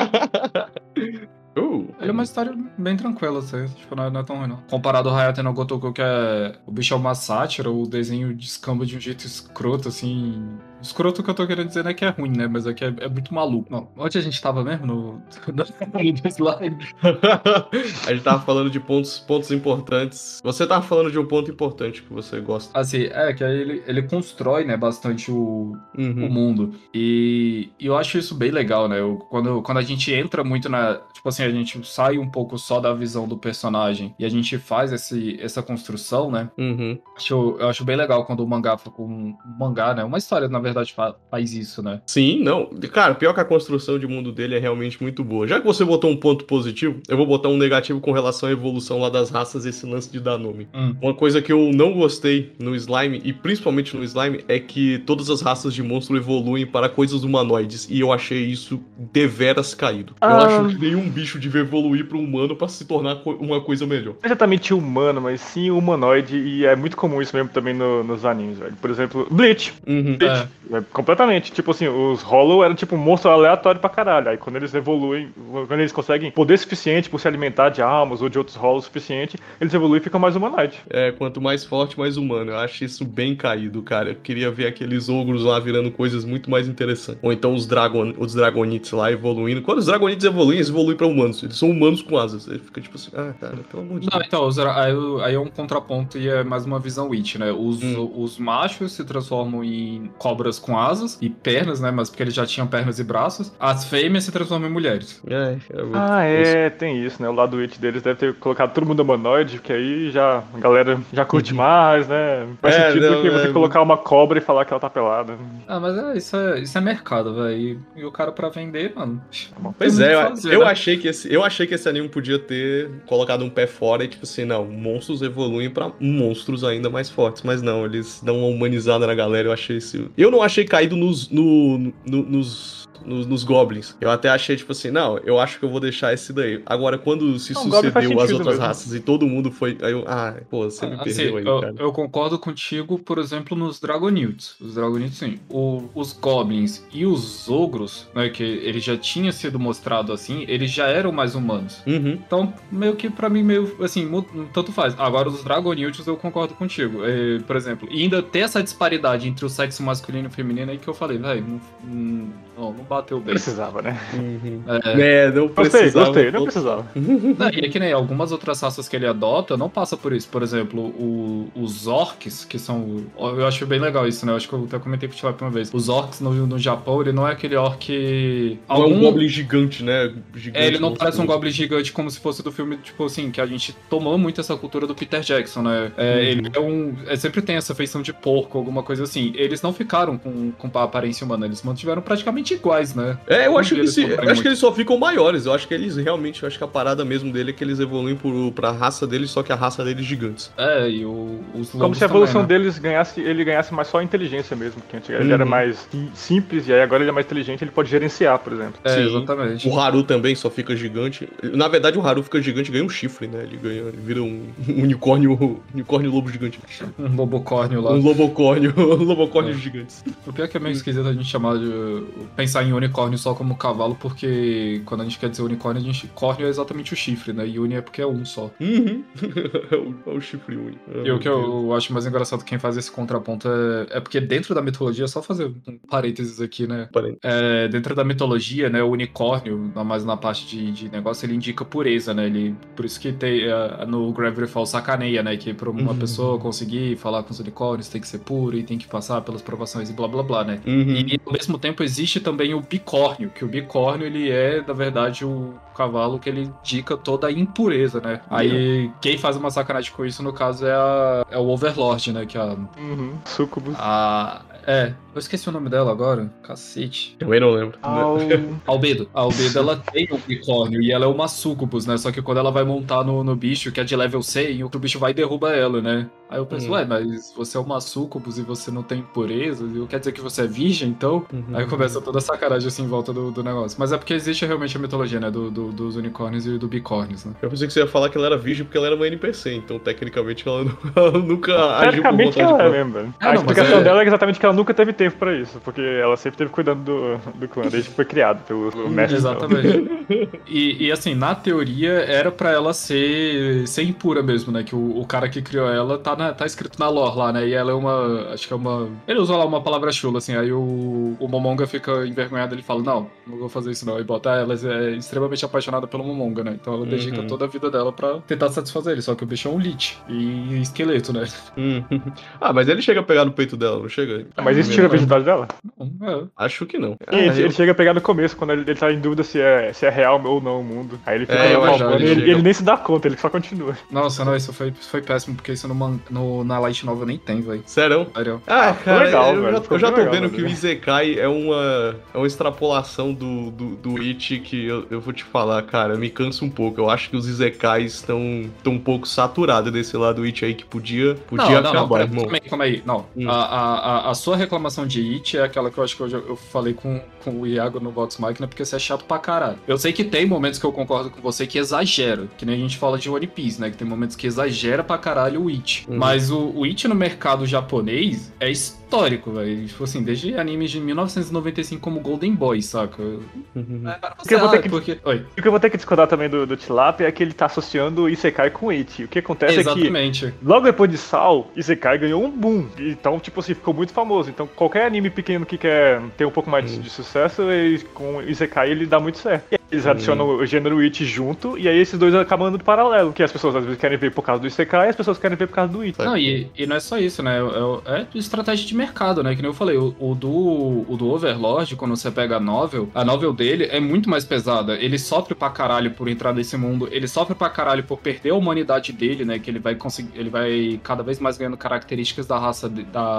Ele é uma história bem tranquila, assim, tipo, não é tão ruim, não. Comparado ao Hayate no Gotoku, que o bicho é uma sátira, o desenho descamba de um jeito escroto, assim, Escroto que eu tô querendo dizer não é que é ruim, né? Mas é que é muito maluco. Não, onde a gente tava mesmo? No slime. A gente tava falando de pontos importantes. Você tava falando de um ponto importante que você gosta. Assim, que aí ele constrói, né, bastante o Uhum. mundo. E eu acho isso bem legal, né? Quando a gente entra muito na. Tipo assim, a gente sai um pouco só da visão do personagem e a gente faz essa construção, né? Uhum. Eu acho bem legal quando o mangá, né? Uma história, na verdade, faz isso, né? Sim, não. Cara, pior que a construção de mundo dele é realmente muito boa. Já que você botou um ponto positivo, eu vou botar um negativo com relação à evolução lá das raças, esse lance de dar nome. Uma coisa que eu não gostei no slime, e principalmente no slime, é que todas as raças de monstro evoluem para coisas humanoides. E eu achei isso deveras caído. Eu acho que nenhum bicho devia evoluir para um humano para se tornar uma coisa melhor. Não exatamente humano, mas sim humanoide, e é muito comum isso mesmo também nos animes, velho. Por exemplo, Bleach. Bleach. Completamente. Tipo assim, os Hollow eram tipo um monstro aleatório pra caralho. Aí quando eles evoluem, quando eles conseguem poder suficiente por se alimentar de almas ou de outros Hollow suficiente, eles evoluem e ficam mais humanoide. Quanto mais forte, mais humano. Eu acho isso bem caído, cara. Eu queria ver aqueles ogros lá virando coisas muito mais interessantes. Ou então os Dragonites lá evoluindo. Quando os Dragonites evoluem, eles evoluem pra humanos. Eles são humanos com asas. Ele fica tipo assim, cara, pelo amor de Deus. Então, aí é um contraponto e é mais uma visão Witch, né? Os machos se transformam em cobras com asas e pernas, né? Mas porque eles já tinham pernas e braços. As fêmeas se transformam em mulheres. Tem isso, né? O lado Witch deles deve ter colocado todo mundo humanoide, porque aí já a galera já curte mais, né? Faz sentido do que você colocar uma cobra e falar que ela tá pelada. Mas isso é mercado, velho. E o cara pra vender, mano. Pois é, eu achei que esse anime podia ter colocado um pé fora e tipo assim, não, monstros evoluem pra monstros ainda mais fortes, mas não, eles dão uma humanizada na galera, eu achei isso. Eu não achei caído nos Goblins. Eu até achei, tipo assim, não, eu acho que eu vou deixar esse daí. Agora, quando se sucedeu as outras raças e todo mundo foi. Aí você me perdeu aí, cara. Eu concordo contigo, por exemplo, nos Dragonites. Os Dragonites, sim. Os Goblins e os Ogros, né, que ele já tinha sido mostrado assim, eles já eram mais humanos. Então, meio que pra mim, meio assim, tanto faz. Agora, os Dragonites eu concordo contigo. Por exemplo, e ainda ter essa disparidade entre o sexo masculino e feminino aí que eu falei, velho, não bateu bem. Precisava, né? Não precisava. Gostei, não precisava. E é que nem algumas outras raças que ele adota, não passa por isso. Por exemplo, os orcs, que são... Eu acho bem legal isso, né? Eu acho que eu até comentei com o Tilap uma vez. Os orcs no Japão, ele não é aquele orc... Não é um goblin gigante, né? Ele não parece um goblin gigante como se fosse do filme, tipo assim, que a gente tomou muito essa cultura do Peter Jackson, né? Ele sempre tem essa feição de porco, alguma coisa assim. Eles não ficaram com a aparência humana, eles mantiveram praticamente iguais, né? Eu acho que eles só ficam maiores. Eu acho que eles realmente, eu acho que a parada mesmo dele é que eles evoluem pra raça deles, só que a raça deles gigantes. E os como se a evolução deles ganhasse mais só inteligência mesmo, que antes ele era mais simples e aí agora ele é mais inteligente, ele pode gerenciar, por exemplo. Sim, exatamente. O Haru também só fica gigante. Na verdade, o Haru fica gigante e ganha um chifre, né? Ele vira um unicórnio lobo gigante. Um lobocórnio lá. Um lobocórnio gigantes. O pior é que é meio esquisito a gente chamar de... pensar em unicórnio só como cavalo, porque quando a gente quer dizer unicórnio, córneo é exatamente o chifre, né? E uni é porque é um só. É o chifre uni. E o que eu acho mais engraçado quem faz esse contraponto é porque dentro da mitologia, só fazer um parênteses aqui, né? Dentro da mitologia, né, o unicórnio, mais na parte de negócio, ele indica pureza, né? Por isso que tem no Gravity Falls sacaneia, né? Que pra uma pessoa conseguir falar com os unicórnios tem que ser puro e tem que passar pelas provações e blá blá blá, né? E ao mesmo tempo existe também o bicórnio, que o bicórnio ele é, na verdade, o cavalo que ele indica toda a impureza, né? Aí quem faz uma sacanagem com isso, no caso, é o Overlord, né? Que é Sucubus. Eu esqueci o nome dela agora. Cacete. Também não lembro. Albedo. A Albedo, ela tem o unicórnio e ela é uma sucubus, né? Só que quando ela vai montar no bicho, que é de level 100, o outro bicho vai e derruba ela, né? Aí eu penso, mas você é uma sucubus e você não tem impureza? Quer dizer que você é virgem, então? Aí começa toda a sacanagem assim em volta do negócio. Mas é porque existe realmente a mitologia, né? Dos unicórnios e do bicórnios, né? Eu pensei que você ia falar que ela era virgem porque ela era uma NPC, então tecnicamente ela nunca agiu por vontade ela é mesmo. A explicação dela é exatamente que ela nunca teve tempo pra isso, porque ela sempre esteve cuidando do clã, desde que foi criado pelo mestre. Exatamente. E assim, na teoria, era pra ela ser impura mesmo, né? Que o cara que criou ela tá né, tá escrito na lore lá, né, e ela é uma, acho que é uma, ele usou lá uma palavra chula, assim, aí o Momonga fica envergonhado, ele fala, não vou fazer isso não, e bota, ela é extremamente apaixonada pelo Momonga, né, então ela dedica toda a vida dela pra tentar satisfazer ele, só que o bicho é um lich e esqueleto, né. Ah, mas ele chega a pegar no peito dela, não chega? Mas isso tira a virgindade dela? Acho que não. Ele chega a pegar no começo, quando ele tá em dúvida se é real ou não o mundo. Aí ele fica verdade, ele nem se dá conta, ele só continua. Nossa, não, isso foi péssimo, porque isso na Light Novel nem tem, velho. Sério? Sério. Ah, cara, legal, eu já tô legal, vendo velho. que o Isekai é uma extrapolação do It que eu vou te falar, cara, me cansa um pouco. Eu acho que os Isekais estão um pouco saturados desse lado do It aí que podia acabar, irmão. Calma aí. Não, a sua reclamação de It é aquela que eu acho que eu falei com o Iago no Vox Machina, porque você é chato pra caralho. Eu sei que tem momentos que eu concordo com você que exagera, que nem a gente fala de One Piece, né? Que tem momentos que exagera pra caralho o It. Mas o It no mercado japonês é histórico, velho. Tipo assim, desde animes de 1995 como Golden Boy, saca? O que eu vou ter que discordar também do Tilapia é que ele tá associando o Isekai com o It. O que acontece Exatamente. é que, logo depois de Sal, Isekai ganhou um boom. Então, tipo assim, ficou muito famoso. Então, qualquer anime pequeno que quer ter um pouco mais de sucesso, com o Isekai ele dá muito certo. E aí, eles adicionam o gênero It junto, e aí esses dois acabam andando paralelo. Que as pessoas às vezes querem ver por causa do Isekai, e as pessoas querem ver por causa do It. Não, e não é só isso, né? É estratégia de mercado, né? Que nem eu falei, o do Overlord, quando você pega a novel dele é muito mais pesada. Ele sofre pra caralho por entrar nesse mundo, ele sofre pra caralho por perder a humanidade dele, né? Que ele vai cada vez mais ganhando características da raça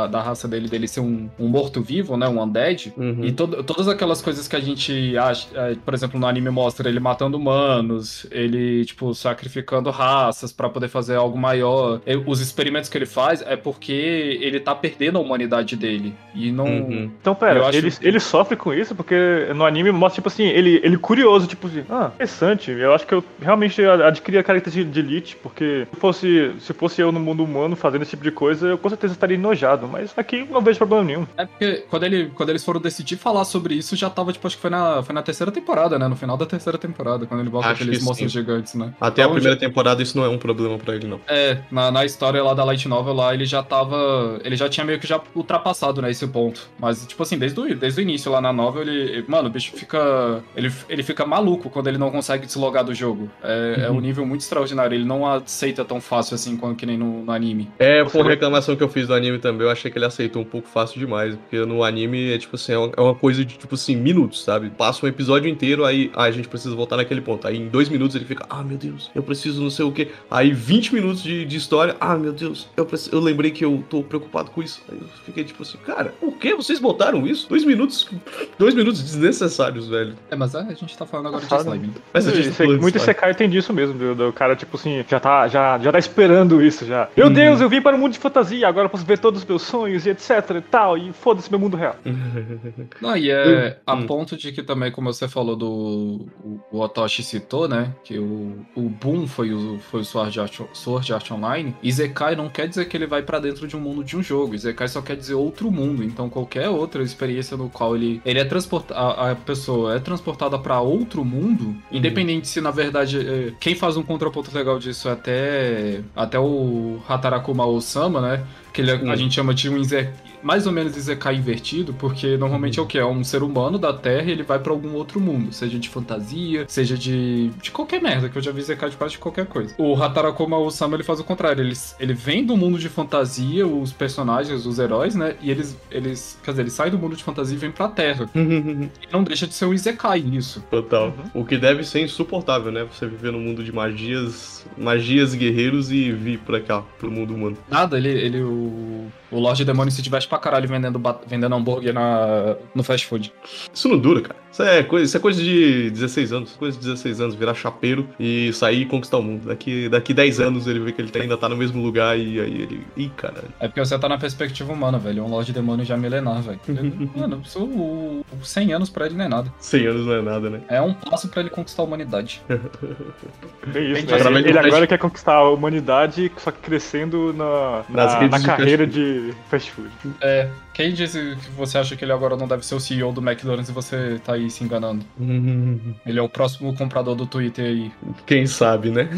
dele ser um morto-vivo, né? Um undead. E todas aquelas coisas que a gente acha, por exemplo, no anime mostra ele matando humanos, ele, tipo, sacrificando raças pra poder fazer algo maior. Os experimentos que ele faz é porque ele tá perdendo a humanidade dele. E não... Então, pera, ele sofre com isso porque no anime mostra, tipo assim, ele curioso, tipo assim, interessante, eu acho que eu realmente adquiri a característica de Elite, porque se fosse eu no mundo humano fazendo esse tipo de coisa, eu com certeza estaria enojado, mas aqui não vejo problema nenhum. É porque quando eles foram decidir falar sobre isso, já tava, tipo, acho que foi na terceira temporada, né? No final da terceira temporada, quando ele bota aqueles monstros gigantes, né? Até então, a primeira temporada isso não é um problema pra ele, não. Na história lá da Light Novel lá, ele já tinha meio que já ultrapassado, né, esse ponto. Mas, tipo assim, desde o início lá na novel, mano, o bicho fica... Ele fica maluco quando ele não consegue deslogar do jogo. É um nível muito extraordinário. Ele não aceita tão fácil assim que nem no anime. Foi uma reclamação que eu fiz do anime também. Eu achei que ele aceitou um pouco fácil demais. Porque no anime é tipo assim, é uma coisa de tipo assim, minutos, sabe? Passa um episódio inteiro, aí a gente precisa voltar naquele ponto. Aí em 2 minutos ele fica, meu Deus, eu preciso não sei o quê. Aí 20 minutos de história, meu Deus, eu lembrei que eu tô preocupado com isso. Aí eu fiquei tipo assim, cara, por que vocês botaram isso? 2 minutos desnecessários, velho. Mas a gente tá falando agora de slime. Mas muito Isekai tem disso mesmo, do cara, tipo assim, já tá esperando isso já. Meu Deus, eu vim para o mundo de fantasia, agora eu posso ver todos os meus sonhos e etc e tal, e foda-se meu mundo real. Não, e a ponto de que também, como você falou o Otoshi citou, né, que o boom foi o Sword Art Online, Isekai não quer dizer que ele vai pra dentro de um mundo de um jogo, Isekai só quer dizer outro mundo, então qualquer outra experiência no qual ele é a pessoa é transportada pra outro mundo, independente se na verdade, quem faz um contraponto legal disso é até o Hatarakuma Osama, né, que a gente chama de mais ou menos Isekai invertido, porque normalmente é o que? É um ser humano da Terra e ele vai pra algum outro mundo, seja de fantasia, seja de qualquer merda, que eu já vi Isekai de quase qualquer coisa. O Hatarakuma Osama, ele faz o contrário, ele vem do mundo de fantasia, os personagens, os heróis, né, e eles saem do mundo de fantasia e vêm pra Terra. E não deixa de ser um Isekai isso. Total. O que deve ser insuportável, né, você viver no mundo de magias, guerreiros e vir pra cá, pro mundo humano. Nada, o Lorde Demônio se diverte pra caralho vendendo hambúrguer no fast food. Isso não dura, cara. Isso é coisa de 16 anos. Coisa de 16 anos, virar chapeiro e sair e conquistar o mundo. Daqui 10 anos ele vê que ele ainda tá no mesmo lugar e aí ele... Ih, caralho. É porque você tá na perspectiva humana, velho. Um Lorde Demônio já milenar, velho. Mano, 100 anos pra ele não é nada. 100 anos não é nada, né? É um passo pra ele conquistar a humanidade. É isso, né? Ele agora quer conquistar a humanidade, só que crescendo na carreira de de fast food. Quem disse que você acha que ele agora não deve ser o CEO do McDonald's e você tá aí se enganando? Ele é o próximo comprador do Twitter aí. Quem sabe, né?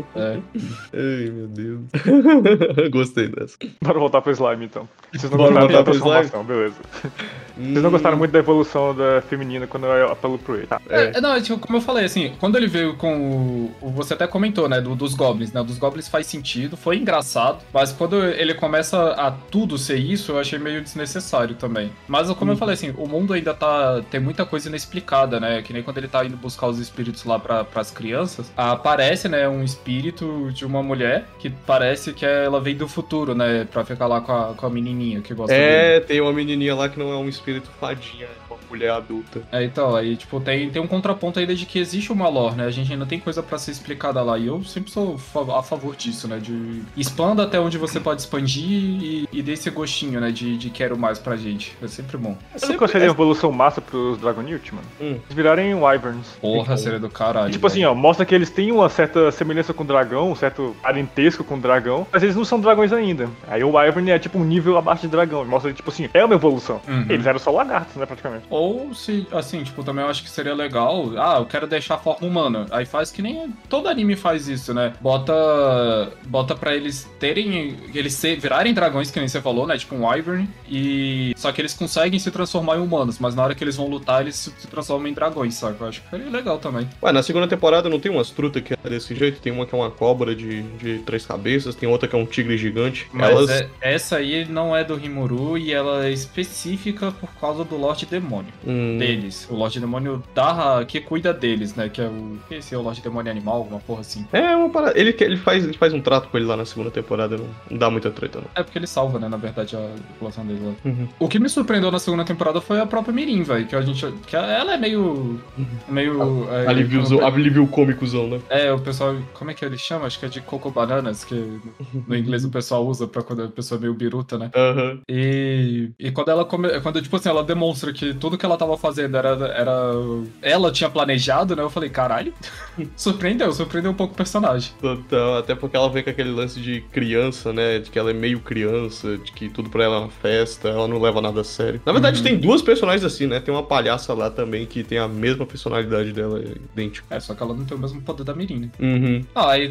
Ai, meu Deus. Gostei dessa. Bora voltar pro slime, então. Vocês não Bora gostaram voltar da pro slime? transformação, beleza. Vocês não gostaram muito da evolução da feminina quando eu apelo pro ele. Tá. Não, tipo, como eu falei, assim, quando ele veio com você até comentou, né, dos Goblins, né? Dos Goblins faz sentido, foi engraçado, mas quando ele começa a tudo ser isso, eu achei meio desnecessário também. Mas, como eu falei, assim, o mundo ainda tem muita coisa inexplicada, né? Que nem quando ele tá indo buscar os espíritos lá pras crianças, aparece, né, um espírito de uma mulher que parece que ela veio do futuro, né? Pra ficar lá com a menininha que gosta dele. Tem uma menininha lá que não é um espírito fadinha, é uma mulher adulta. Então, aí, tipo, tem um contraponto ainda de que existe uma lore, né? A gente ainda tem coisa pra ser explicada lá. E eu sempre sou a favor disso, né? De expanda até onde você pode expandir e dê esse gostinho, né? De quero mais pra gente. É sempre bom. Eu não considerei uma evolução massa pros Dragonite, mano. Eles virarem Wyverns. Porra, seria do caralho. Tipo assim, ó, mostra que eles têm uma certa semelhança com o dragão, um certo parentesco com o dragão, mas eles não são dragões ainda. Aí o Wyvern é tipo um nível abaixo de dragão. Mostra, tipo assim, é uma evolução. Eles eram só lagartos, né, praticamente. Ou se, assim, tipo, também eu acho que seria legal. Eu quero deixar a forma humana. Aí faz que nem todo anime faz isso, né? Bota pra eles terem. Eles virarem dragões, que nem você falou, né? Tipo um Wyvern. Só que eles conseguem se transformar em humanos, mas na hora que eles vão lutar, eles se transformam em dragões, sabe? Eu acho que seria legal também. Ué, na segunda temporada não tem umas trutas que é desse jeito? Tem uma que é uma cobra de 3 cabeças, tem outra que é um tigre gigante. Mas essa aí não é do Rimuru e ela é específica por causa do Lorde Demônio deles. O Lorde Demônio que cuida deles, né? Que é esse é o Lorde Demônio animal, alguma porra assim. É uma parada. Ele faz um trato com ele lá na segunda temporada, não dá muita treta, não. É porque ele salva, né? Na verdade, a população dele lá. O que me surpreendeu na segunda temporada foi a própria Mirim, velho. Que ela é meio. Alívio cômicozão, né? O pessoal. Como é que ele chama? Acho que é de Coco Bananas, que no inglês o pessoal usa pra quando a pessoa é meio biruta, né? E quando ela quando, tipo assim, ela demonstra que tudo que ela tava fazendo era ela tinha planejado, né? Eu falei, caralho, surpreendeu um pouco o personagem. Total, até porque ela vem com aquele lance de criança, né? De que ela é meio criança, de que tudo pra ela é uma festa, ela não leva nada a sério. Na verdade, tem duas personagens assim, né? Tem uma palhaça lá também que tem a mesma personalidade dela, idêntica. Só que ela não tem o mesmo poder da Mirim, né? Aí...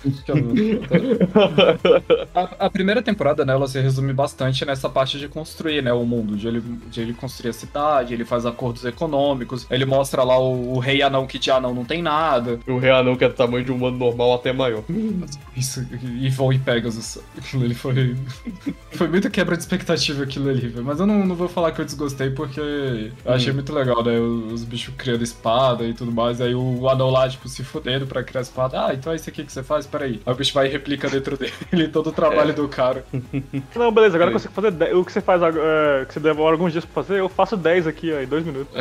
A primeira temporada, né, ela se resume bastante nessa parte de construir, né, o mundo, de ele construir a cidade, ele faz acordos econômicos, ele mostra lá o rei anão que de anão não tem nada. O rei anão que é do tamanho de um humano normal até maior. Isso, Yvon e Pegasus, aquilo ali foi muito quebra de expectativa aquilo ali, velho. Mas eu não vou falar que eu desgostei porque eu achei muito legal, né, os bichos criando espada e tudo mais, aí o anão lá, tipo, se fudendo pra criar espada. Então é isso aqui que você faz? Peraí. Aí o bicho vai e replica dentro dele todo o trabalho do cara. Não, beleza, agora eu consigo fazer 10. O que você faz, que você demora alguns dias pra fazer, eu faço 10 aqui, ó, em 2 minutos.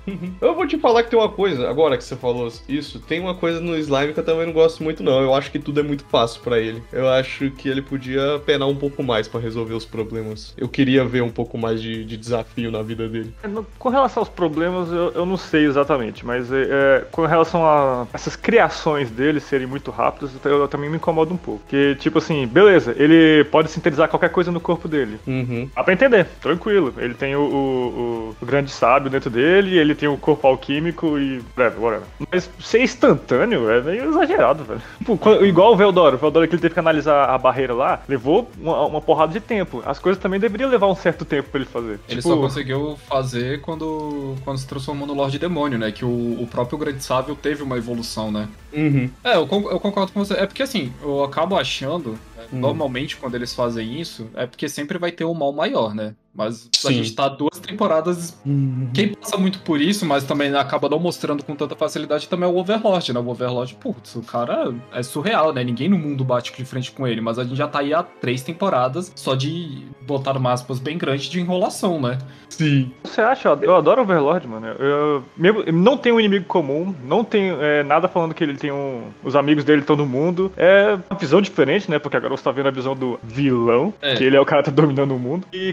Eu vou te falar que tem uma coisa, agora que você falou isso, tem uma coisa no Slime que eu também não gosto muito, não. Eu acho que tudo é muito fácil pra ele. Eu acho que ele podia penar um pouco mais pra resolver os problemas. Eu queria ver um pouco mais de desafio na vida dele. Com relação aos problemas, eu não sei exatamente, mas com relação a essas criações dele serem muito rápidas, eu também me incomodo um pouco. Que, tipo assim, beleza, ele pode sintetizar qualquer coisa no corpo dele. Dá pra entender, tranquilo. Ele tem o grande sábio dentro dele, ele tem o corpo alquímico e... whatever. Mas ser instantâneo é meio exagerado, velho. Tipo, igual o Veldora que ele teve que analisar a barreira lá, levou uma porrada de tempo. As coisas também deveriam levar um certo tempo pra ele fazer. Ele só conseguiu fazer quando se transformou no Lorde Demônio, né? Que o próprio grande sábio teve uma evolução, né? Eu concordo com você. É porque assim, eu acabo achando, normalmente quando eles fazem isso, é porque sempre vai ter um mal maior, né? Mas a gente tá 2 temporadas. Quem passa muito por isso, mas também acaba não mostrando com tanta facilidade, também é o Overlord, né? O Overlord, putz, o cara é surreal, né? Ninguém no mundo bate de frente com ele, mas a gente já tá aí há 3 temporadas só de botar uma aspas bem grande de enrolação, né? Sim. Você acha? Eu adoro o Overlord, mano. Mesmo, não tem um inimigo comum, não tem nada falando que ele tem os amigos dele estão no mundo. É uma visão diferente, né? Porque agora você tá vendo a visão do vilão, que ele é o cara que tá dominando o mundo. E, cara, eu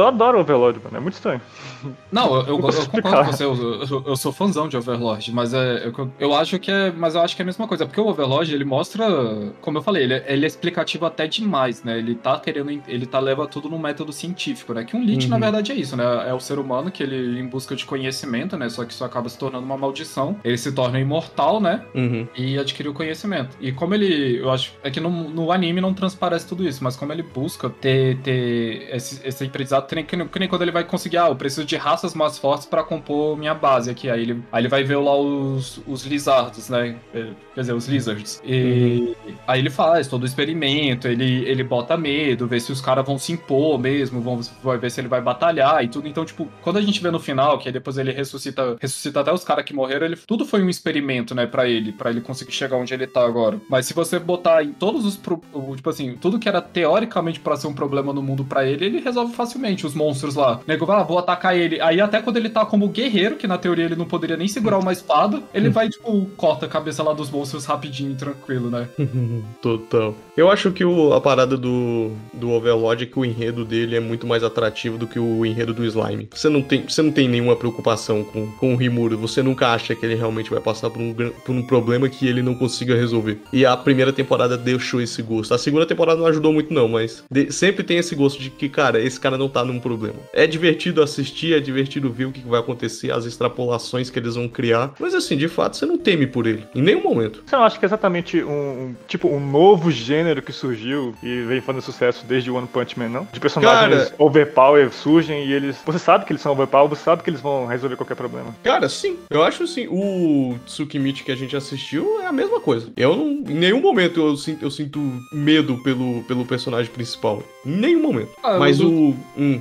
eu adoro Overlord, mano. É muito estranho. Não, eu concordo com você, eu sou fãzão de Overlord, mas eu acho que é a mesma coisa, porque o Overlord, ele mostra, como eu falei, ele é explicativo até demais, né, ele leva tudo num método científico, né, que um Lich, na verdade, é isso, né, é o ser humano que ele em busca de conhecimento, né, só que isso acaba se tornando uma maldição, ele se torna imortal, né, e adquire o conhecimento. E como eu acho, é que no anime não transparece tudo isso, mas como ele busca ter esse aprendizado, que nem quando ele vai conseguir, eu preciso de raças mais fortes pra compor minha base aqui. Aí ele vai ver lá os lizardos, né? Quer dizer, os lizards. E aí ele faz todo o experimento, ele bota medo, vê se os caras vão se impor mesmo, vai ver se ele vai batalhar e tudo. Então, tipo, quando a gente vê no final, que aí depois ele ressuscita até os caras que morreram, tudo foi um experimento, né, pra ele conseguir chegar onde ele tá agora. Mas se você botar em todos os, tipo assim, tudo que era teoricamente pra ser um problema no mundo pra ele resolve facilmente. Os monstros lá. O nego vai lá, vou atacar ele. Aí até quando ele tá como guerreiro, que na teoria ele não poderia nem segurar uma espada, ele vai, tipo, corta a cabeça lá dos monstros rapidinho e tranquilo, né? Total. Eu acho que a parada do Overlord é que o enredo dele é muito mais atrativo do que o enredo do Slime. Você não tem nenhuma preocupação com o Rimuru. Você nunca acha que ele realmente vai passar por um problema que ele não consiga resolver. E a primeira temporada deixou esse gosto. A segunda temporada não ajudou muito não, mas sempre tem esse gosto de que, cara, esse cara não tá num problema. É divertido assistir, é divertido ver o que vai acontecer, as extrapolações que eles vão criar. Mas assim, de fato, você não teme por ele. Em nenhum momento. Você não acha que é exatamente um novo gênero que surgiu e vem fazendo sucesso desde One Punch Man, não? De personagens overpower surgem e eles... Você sabe que eles são overpower, você sabe que eles vão resolver qualquer problema. Cara, sim. Eu acho assim, o Tsukimichi que a gente assistiu é a mesma coisa. Em nenhum momento eu sinto medo pelo personagem principal. Em nenhum momento. Mas o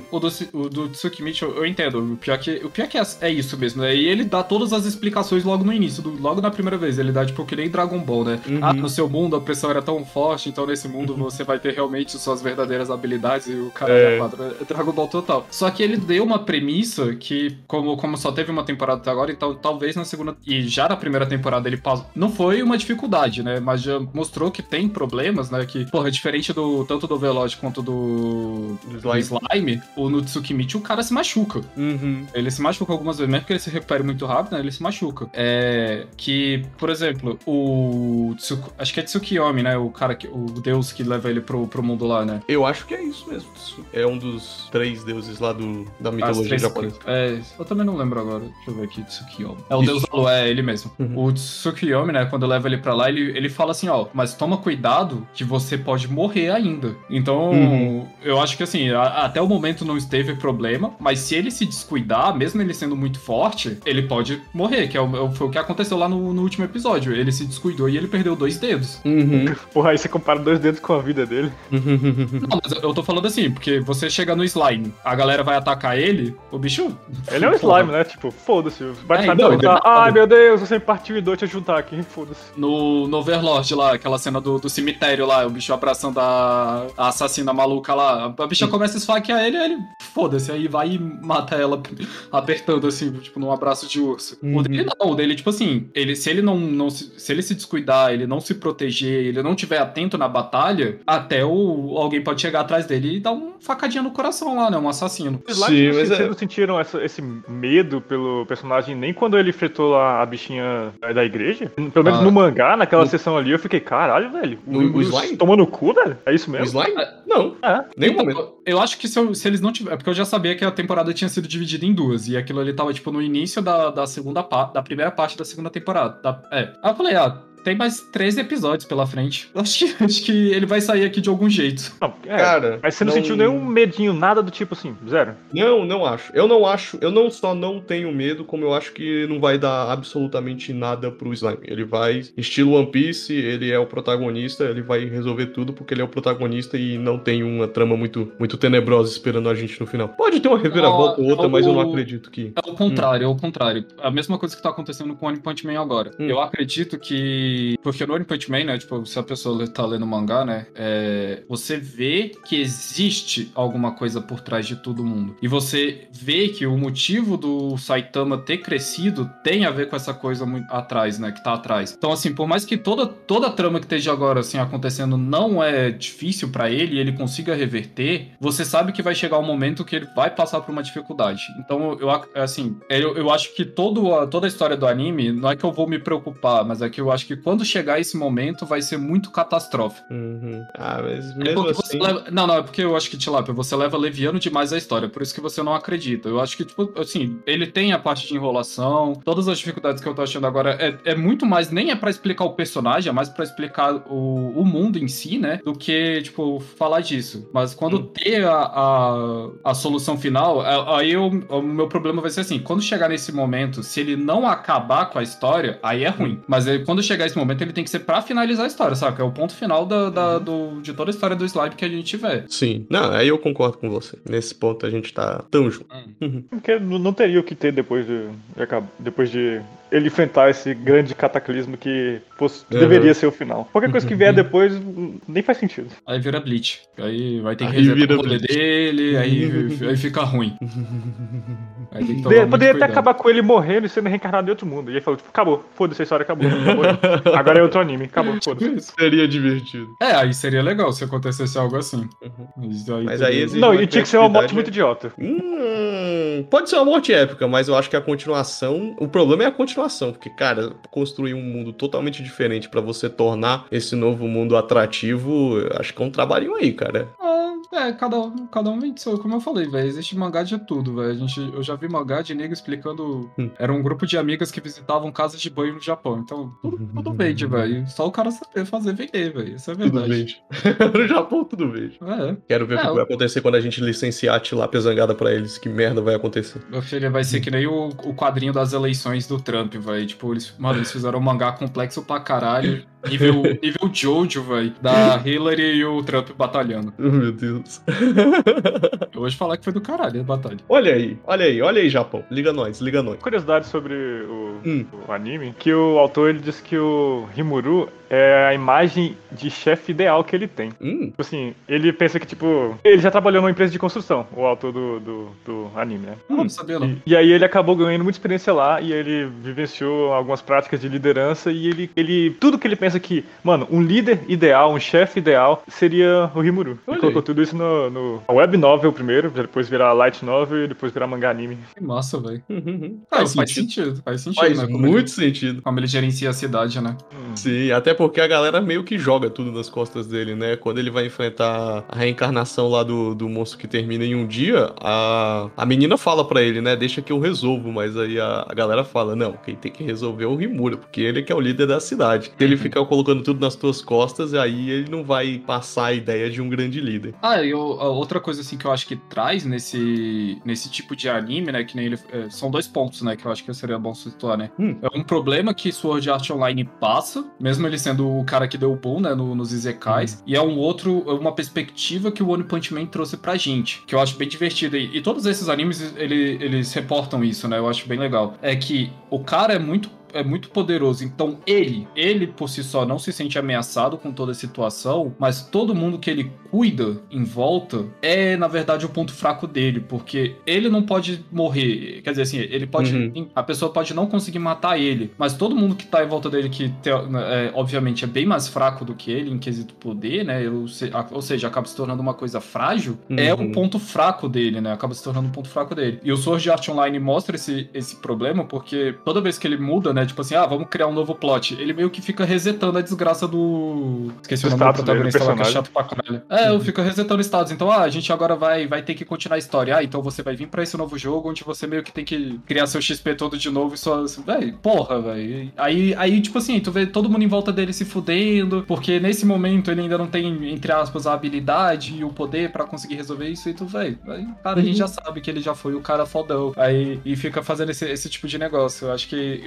do Tsukimichi, eu entendo. O pior que é isso mesmo, né? E ele dá todas as explicações logo no início, logo na primeira vez. Ele dá, tipo, que nem Dragon Ball, né? No seu mundo a pressão era tão forte, então nesse mundo você vai ter realmente suas verdadeiras habilidades e o cara é Dragon Ball total. Só que ele deu uma premissa que, como só teve uma temporada até agora, então talvez na segunda... E já na primeira temporada ele passou... Não foi uma dificuldade, né? Mas já mostrou que tem problemas, né? Que, porra, diferente tanto do Overlord quanto do Slime, no Tsukimichi o cara se machuca. Ele se machuca algumas vezes, mesmo que ele se recupere muito rápido, né? Ele se machuca. Que, por exemplo, acho que é Tsukiyomi, né? O cara o deus que leva ele pro mundo lá, né? Eu acho que é isso mesmo. É um dos 3 deuses lá da mitologia japonesa. Eu também não lembro agora. Deixa eu ver aqui, Tsukiyomi. É o deus da lua, é ele mesmo. O Tsukiyomi, né? Quando leva ele pra lá, ele fala assim, mas toma cuidado que você pode morrer ainda. Então, eu acho que assim, até o momento não esteve problema, mas se ele se descuidar, mesmo ele sendo muito forte, ele pode morrer, que foi o que aconteceu lá no último episódio. Ele se descuidou e ele perdeu 2 dedos. Porra, aí você compara 2 dedos com a vida dele. Não, mas eu tô falando assim, porque você chega no slime, a galera vai atacar ele, o bicho... Ele é um slime, né? Tipo, foda-se. Vai ai meu Deus, você me partiu e dou te ajudar aqui, foda-se. No Overlord lá, aquela cena do cemitério lá, o bicho abraçando a assassina maluca lá, a bicha começa a esfaquear ele foda-se, aí vai e mata ela apertando assim, tipo, num abraço de urso. O dele não, o dele, tipo assim, se ele se descuidar, ele não se proteger, ele não tiver atento na batalha, até alguém pode chegar atrás dele e dar uma facadinha no coração lá, né? Um assassino. Sim, mas vocês não sentiram esse medo pelo personagem nem quando ele enfrentou lá a bichinha da igreja? Pelo menos no mangá, naquela sessão ali, eu fiquei, caralho, velho. O Slime? Tomou no cu, velho? É isso mesmo? O Slime? Não. Nem momento. Eu acho que se eles não tiverem... Porque eu já sabia que a temporada tinha sido dividida em 2. E aquilo ali tava, tipo, no início da primeira parte da segunda temporada. Aí eu falei, tem mais 13 episódios pela frente. Acho que ele vai sair aqui de algum jeito. Não, cara, mas você não sentiu nenhum medinho, nada do tipo assim, zero? Não acho. Eu não só não tenho medo, como eu acho que não vai dar absolutamente nada pro Slime. Ele vai, estilo One Piece, ele é o protagonista, ele vai resolver tudo porque ele é o protagonista e não tem uma trama muito, muito tenebrosa esperando a gente no final. Pode ter uma reviravolta ou outra, mas eu não acredito que... É o contrário. A mesma coisa que tá acontecendo com One Punch Man agora. Eu acredito que Porque no One Punch Man, né, tipo, se a pessoa tá lendo mangá, né, você vê que existe alguma coisa por trás de todo mundo. E você vê que o motivo do Saitama ter crescido tem a ver com essa coisa atrás, né, que tá atrás. Então, assim, por mais que toda a trama que esteja agora, assim, acontecendo não é difícil pra ele e ele consiga reverter, você sabe que vai chegar um momento que ele vai passar por uma dificuldade. Então, eu acho que toda a história do anime, não é que eu vou me preocupar, mas é que eu acho que quando chegar esse momento vai ser muito catastrófico. Ah, mas mesmo assim... Não, é porque eu acho que, Tilápia, você leva leviano demais a história, por isso que você não acredita. Eu acho que, tipo, assim, ele tem a parte de enrolação, todas as dificuldades que eu tô achando agora é muito mais, nem é pra explicar o personagem, é mais pra explicar o mundo em si, né, do que, tipo, falar disso. Mas quando ter a solução final, aí o meu problema vai ser assim, quando chegar nesse momento, se ele não acabar com a história, aí é ruim. Mas quando chegar esse momento, ele tem que ser pra finalizar a história, sabe? É o ponto final de toda a história do slime que a gente tiver. Sim. Não, aí eu concordo com você. Nesse ponto a gente tá tão junto. Porque não teria o que ter depois de ele enfrentar esse grande cataclismo que deveria ser o final. Qualquer coisa que vier depois nem faz sentido. Aí vira Bleach. Aí vai ter que resetar o poder dele, aí fica ruim. Aí tem que tomar Poderia até acabar com ele morrendo e sendo reencarnado em outro mundo. E aí falou, tipo, acabou, foda-se, a história acabou. Agora é outro anime, acabou, foda-se. Seria divertido. Aí seria legal se acontecesse algo assim. Mas aí exige não, uma e tinha que ser uma morte criatividade, muito idiota. Pode ser uma morte épica, mas eu acho que a continuação... O problema é a continuação, porque, cara, construir um mundo totalmente diferente pra você tornar esse novo mundo atrativo, acho que é um trabalhinho aí, cara. Cada um vem de seu, como eu falei, velho. Existe mangá de tudo, velho. Eu já vi mangá de nego explicando. Era um grupo de amigas que visitavam casas de banho no Japão. Então, tudo vende, velho. Só o cara saber fazer vender, velho. Isso é verdade. Tudo vende. No Japão, tudo vende. Quero ver o que vai acontecer quando a gente licenciar a tilápia zangada pra eles. Que merda vai acontecer. Meu filho, vai ser que nem o quadrinho das eleições do Trump, velho. Tipo, eles fizeram um mangá complexo pra caralho. Nível Jojo, velho. Da Hillary e o Trump batalhando. Meu Deus. Eu vou te falar que foi do caralho a batalha. Olha aí, Japão. Liga nós. Curiosidade sobre o anime, que o autor ele disse que o Rimuru é a imagem de chefe ideal que ele tem. Tipo assim, ele pensa que, tipo, ele já trabalhou numa empresa de construção, o autor do anime, né? Não sabia não. E aí ele acabou ganhando muita experiência lá e ele vivenciou algumas práticas de liderança e ele tudo que ele pensa que, mano, um líder ideal, um chefe ideal seria o Rimuru. Ele colocou tudo isso no web novel primeiro, depois virar light novel e depois virar mangá anime. Que massa, velho. Faz sentido. Faz né? muito sentido. Como ele gerencia a cidade, né? Sim, até porque a galera meio que joga tudo nas costas dele, né? Quando ele vai enfrentar a reencarnação lá do monstro que termina em um dia, a menina fala pra ele, né? Deixa que eu resolvo, mas aí a galera fala, não, quem tem que resolver é o Rimura, porque ele que é o líder da cidade. Se ele ficar colocando tudo nas tuas costas, aí ele não vai passar a ideia de um grande líder. E outra coisa assim que eu acho que traz nesse tipo de anime, né? Que nem ele. São dois pontos, né? Que eu acho que seria bom situar, né? É um problema que Sword Art Online passa, mesmo ele sendo o cara que deu o boom, né? Nos Isekais. E é uma perspectiva que o One Punch Man trouxe pra gente, que eu acho bem divertido. E todos esses animes, eles reportam isso, né? Eu acho bem legal. É que o cara é muito poderoso. Então ele por si só não se sente ameaçado com toda a situação, mas todo mundo que ele cuida em volta é, na verdade, o ponto fraco dele, porque ele não pode morrer. Quer dizer assim, ele pode... A pessoa pode não conseguir matar ele, mas todo mundo que tá em volta dele, que obviamente é bem mais fraco do que ele em quesito poder, né? Ou seja, acaba se tornando uma coisa frágil, é o ponto fraco dele, né? Acaba se tornando um ponto fraco dele. E o Sword Art Online mostra esse problema, porque toda vez que ele muda, né? Tipo assim, vamos criar um novo plot. Ele meio que fica resetando a desgraça do... Esqueci o nome do protagonista lá, que é chato pra caralho. Fica resetando status. Então, a gente agora vai ter que continuar a história. Então você vai vir pra esse novo jogo, onde você meio que tem que criar seu XP todo de novo e só... Véi, porra, velho. Aí, tipo assim, tu vê todo mundo em volta dele se fudendo, porque nesse momento ele ainda não tem, entre aspas, a habilidade e o poder pra conseguir resolver isso. E tu, velho, cara, a gente já sabe que ele já foi o cara fodão. Aí, e fica fazendo esse tipo de negócio. Eu acho esse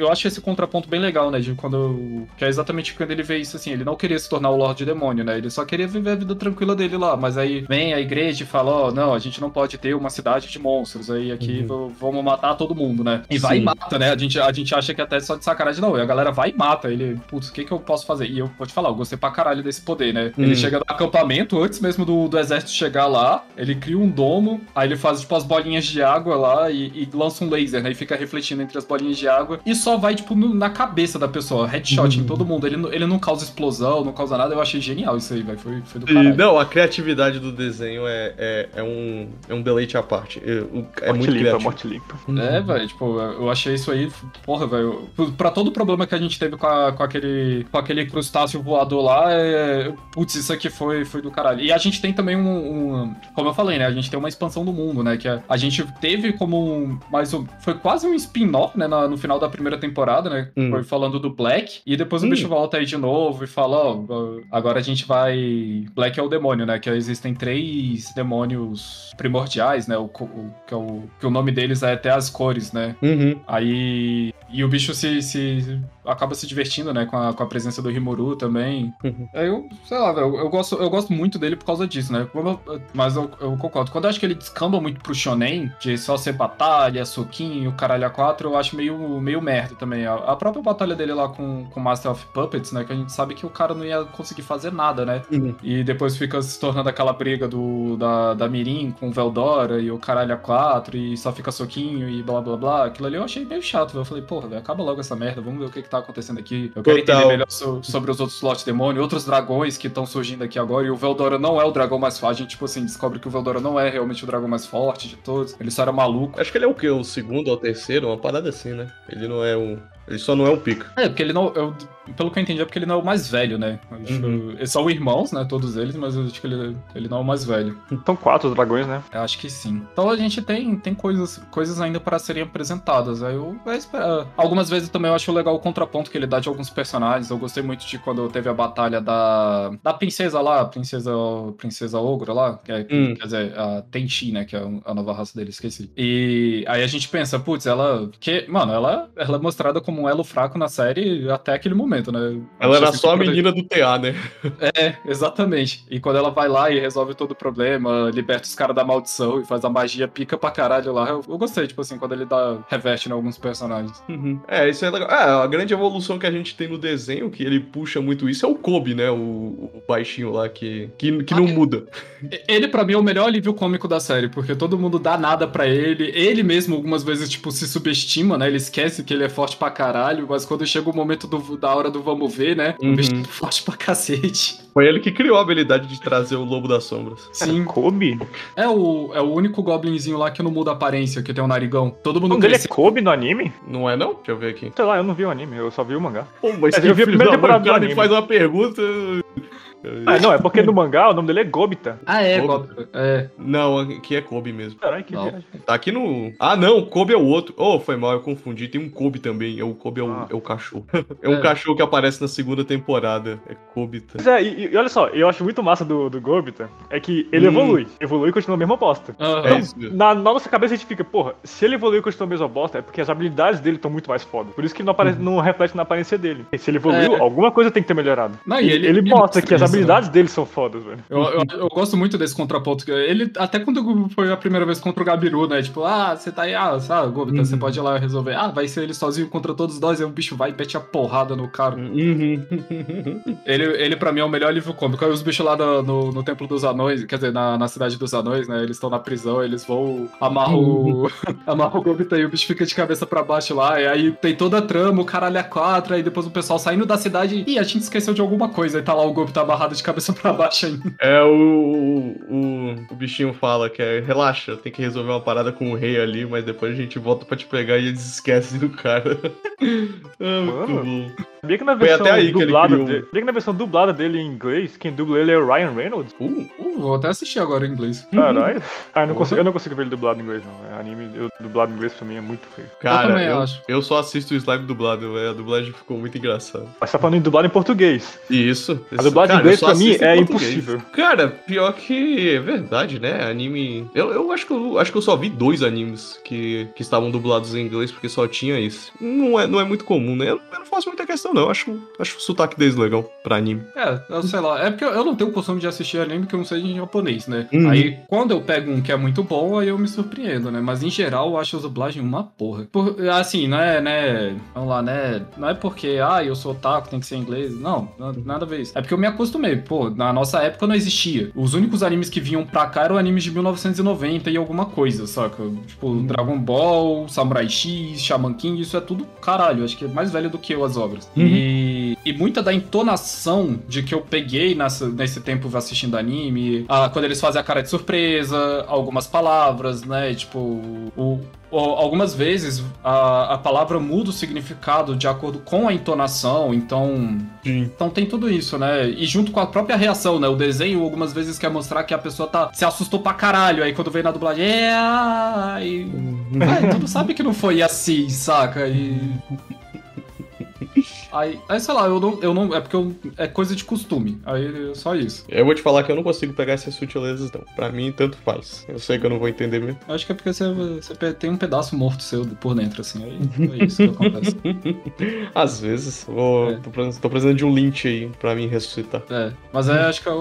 contraponto bem legal, né? De quando. Que é exatamente quando ele vê isso assim. Ele não queria se tornar o Lorde Demônio, né? Ele só queria viver a vida tranquila dele lá. Mas aí vem a igreja e fala: ó, não, a gente não pode ter uma cidade de monstros. Aí aqui vamos matar todo mundo, né? E vai e mata, né? A gente acha que até só de sacanagem, não. E a galera vai e mata. Ele, putz, o que eu posso fazer? E eu vou te falar, eu gostei pra caralho desse poder, né? Ele chega no acampamento, antes mesmo do exército chegar lá, ele cria um domo, aí ele faz, tipo, as bolinhas de água lá e lança um laser, né? E fica refletindo entre as bolinhas de água e só vai, tipo, na cabeça da pessoa. Headshot em todo mundo. Ele não causa explosão, não causa nada. Eu achei genial isso aí, velho. Foi do caralho. Não, a criatividade do desenho é um deleite à parte. É muito criativo. Morte limpa. É, velho, tipo, eu achei isso aí, porra, velho. Pra todo o problema que a gente teve com aquele crustáceo voador lá, putz, isso aqui foi do caralho. E a gente tem também como eu falei, né? A gente tem uma expansão do mundo, né? Que a gente teve como foi quase um spin-off, né? No final da primeira temporada, né? Foi falando do Black. E depois o bicho volta aí de novo e fala, ó, agora a gente vai... Black é o demônio, né? Que existem 3 demônios primordiais, né? Que o nome deles é até as cores, né? Aí... E o bicho acaba se divertindo, né? Com a presença do Rimuru também. Aí eu, sei lá, velho, eu gosto muito dele por causa disso, né? Mas eu concordo. Quando eu acho que ele descamba muito pro shonen, de só ser batalha, soquinho, caralho a 4, eu acho meio merda também. A própria batalha dele lá com o Master of Puppets, né? Que a gente sabe que o cara não ia conseguir fazer nada, né? E depois fica se tornando aquela briga da Mirim com o Veldora e o caralho a 4 e só fica soquinho e blá blá blá. Aquilo ali eu achei meio chato, velho. Eu falei, porra, velho, acaba logo essa merda, vamos ver o que tá acontecendo aqui. Eu quero entender melhor sobre os outros Lord Demônio, outros dragões que estão surgindo aqui agora, e o Veldora não é o dragão mais forte. A gente, tipo assim, descobre que o Veldora não é realmente o dragão mais forte de todos. Ele só era maluco. Acho que ele é o quê? O segundo ou o terceiro? Uma parada assim, né? Ele não é um... Ele só não é o pica. Porque ele não... pelo que eu entendi, é porque ele não é o mais velho, né? Eles são irmãos, né? Todos eles, mas eu acho que ele não é o mais velho. São 4 dragões, né? Eu acho que sim. Então a gente tem coisas ainda para serem apresentadas. Aí eu vou esperar. Algumas vezes também eu acho legal o contraponto que ele dá de alguns personagens. Eu gostei muito de quando teve a batalha da princesa lá, princesa Ogro lá, quer dizer, a Tenchi, né? Que é a nova raça dele, esqueci. E aí a gente pensa, putz, ela é mostrada como um elo fraco na série até aquele momento, né? Ela era só a menina do TA, né? Exatamente. E quando ela vai lá e resolve todo o problema, liberta os caras da maldição e faz a magia pica pra caralho lá, eu gostei, tipo assim, quando ele reveste em alguns personagens. Isso é legal. A grande evolução que a gente tem no desenho, que ele puxa muito isso, é o Kobe, né? O baixinho lá que não muda. Ele, pra mim, é o melhor alívio cômico da série, porque todo mundo dá nada pra ele. Ele mesmo, algumas vezes, tipo, se subestima, né? Ele esquece que ele é forte pra caralho, mas quando chega o momento da hora do vamos ver, né? O bicho é forte pra cacete. Foi ele que criou a habilidade de trazer o Lobo das Sombras. Sim. Kobe? É o único goblinzinho lá que não muda a aparência, que tem um narigão. Todo mundo ele é Kobe no anime? Não é, não? Deixa eu ver aqui. Sei lá, eu não vi o anime, eu só vi o mangá. Pô, mas eu vi a primeira temporada do anime. Ele faz uma pergunta... Não, é porque no mangá o nome dele é Gobita. Gobita. Não, aqui é Kobe mesmo. Caralho, que viagem. Tá aqui no... não, Kobe é o outro. Foi mal, eu confundi. Tem um Kobe também. O Kobe é o cachorro. É um cachorro que aparece na segunda temporada. É Kobita. Pois é, e olha só, eu acho muito massa do Gobita é que ele evolui. Evolui e continua a mesma bosta. Então, na nossa cabeça a gente fica, porra, se ele evolui e continua a mesma bosta, é porque as habilidades dele estão muito mais foda. Por isso que não reflete na aparência dele. E se ele evoluiu, alguma coisa tem que ter melhorado. Não, e ele mostra que as habilidades dele são fodas, velho. Eu gosto muito desse contraponto. Ele, até quando foi a primeira vez contra o Gabiru, né? Tipo, você tá aí, Gobita, você pode ir lá resolver. Vai ser ele sozinho contra todos nós, aí o bicho vai e mete a porrada no cara. Ele pra mim, é o melhor livro cômico. Aí os bichos lá no Templo dos Anões, quer dizer, na Cidade dos Anões, né? Eles estão na prisão, eles vão, amarram o Gobita e o bicho fica de cabeça pra baixo lá. E aí tem toda a trama, o caralho a 4, aí depois o pessoal saindo da cidade. A gente esqueceu de alguma coisa. Aí tá lá o Gobita amarrado de cabeça pra baixo ainda. O bichinho fala que relaxa, tem que resolver uma parada com o rei ali, mas depois a gente volta pra te pegar e eles esquecem do cara. Muito bom. Sabia que na versão dublada dele em inglês, quem dubla ele é o Ryan Reynolds? Vou até assistir agora em inglês. Caralho. Eu não consigo ver ele dublado em inglês, não. É anime o dublado em inglês pra mim é muito feio. Cara, também acho. eu só assisto o Slime dublado, velho. A dublagem ficou muito engraçada. Mas tá falando em dublado em português. Isso. A dublagem em Cara, inglês eu só pra mim assisto em é português. impossível. Cara, pior que é verdade, né? Anime. Eu acho que eu só vi 2 animes que estavam dublados em inglês, porque só tinha esse. Não é muito comum, né? Eu não faço muita questão, não. Eu acho o sotaque deles legal pra anime. Eu sei lá, é porque eu não tenho o costume de assistir anime que eu não sei em japonês, né? Uhum. Aí, quando eu pego um que é muito bom, aí eu me surpreendo, né? Mas, em geral, eu acho a dublagem uma porra. Assim, não é, né? Vamos lá, né? Não é porque, eu sou otaku, tem que ser em inglês. Não, nada a ver isso. É porque eu me acostumei. Pô, na nossa época não existia. Os únicos animes que vinham pra cá eram animes de 1990 e alguma coisa, saca? Tipo, Dragon Ball, Samurai X, Shaman King, isso é tudo caralho. Acho que é mais velho do que eu as obras. E muita da entonação de que eu peguei nesse tempo assistindo anime, quando eles fazem a cara de surpresa, algumas palavras, né? Tipo, algumas vezes a palavra muda o significado de acordo com a entonação, então tem tudo isso, né? E junto com a própria reação, né? O desenho algumas vezes quer mostrar que a pessoa se assustou pra caralho, aí quando vem na dublagem, tudo sabe que não foi assim, saca? Aí, sei lá, eu não. É porque é coisa de costume. Aí é só isso. Eu vou te falar que eu não consigo pegar essas sutilezas, não. Pra mim, tanto faz. Eu sei que eu não vou entender mesmo. Acho que é porque você tem um pedaço morto seu por dentro, assim. Aí é isso que acontece. Às vezes. Tô precisando de um Lynch aí pra mim ressuscitar. Mas acho que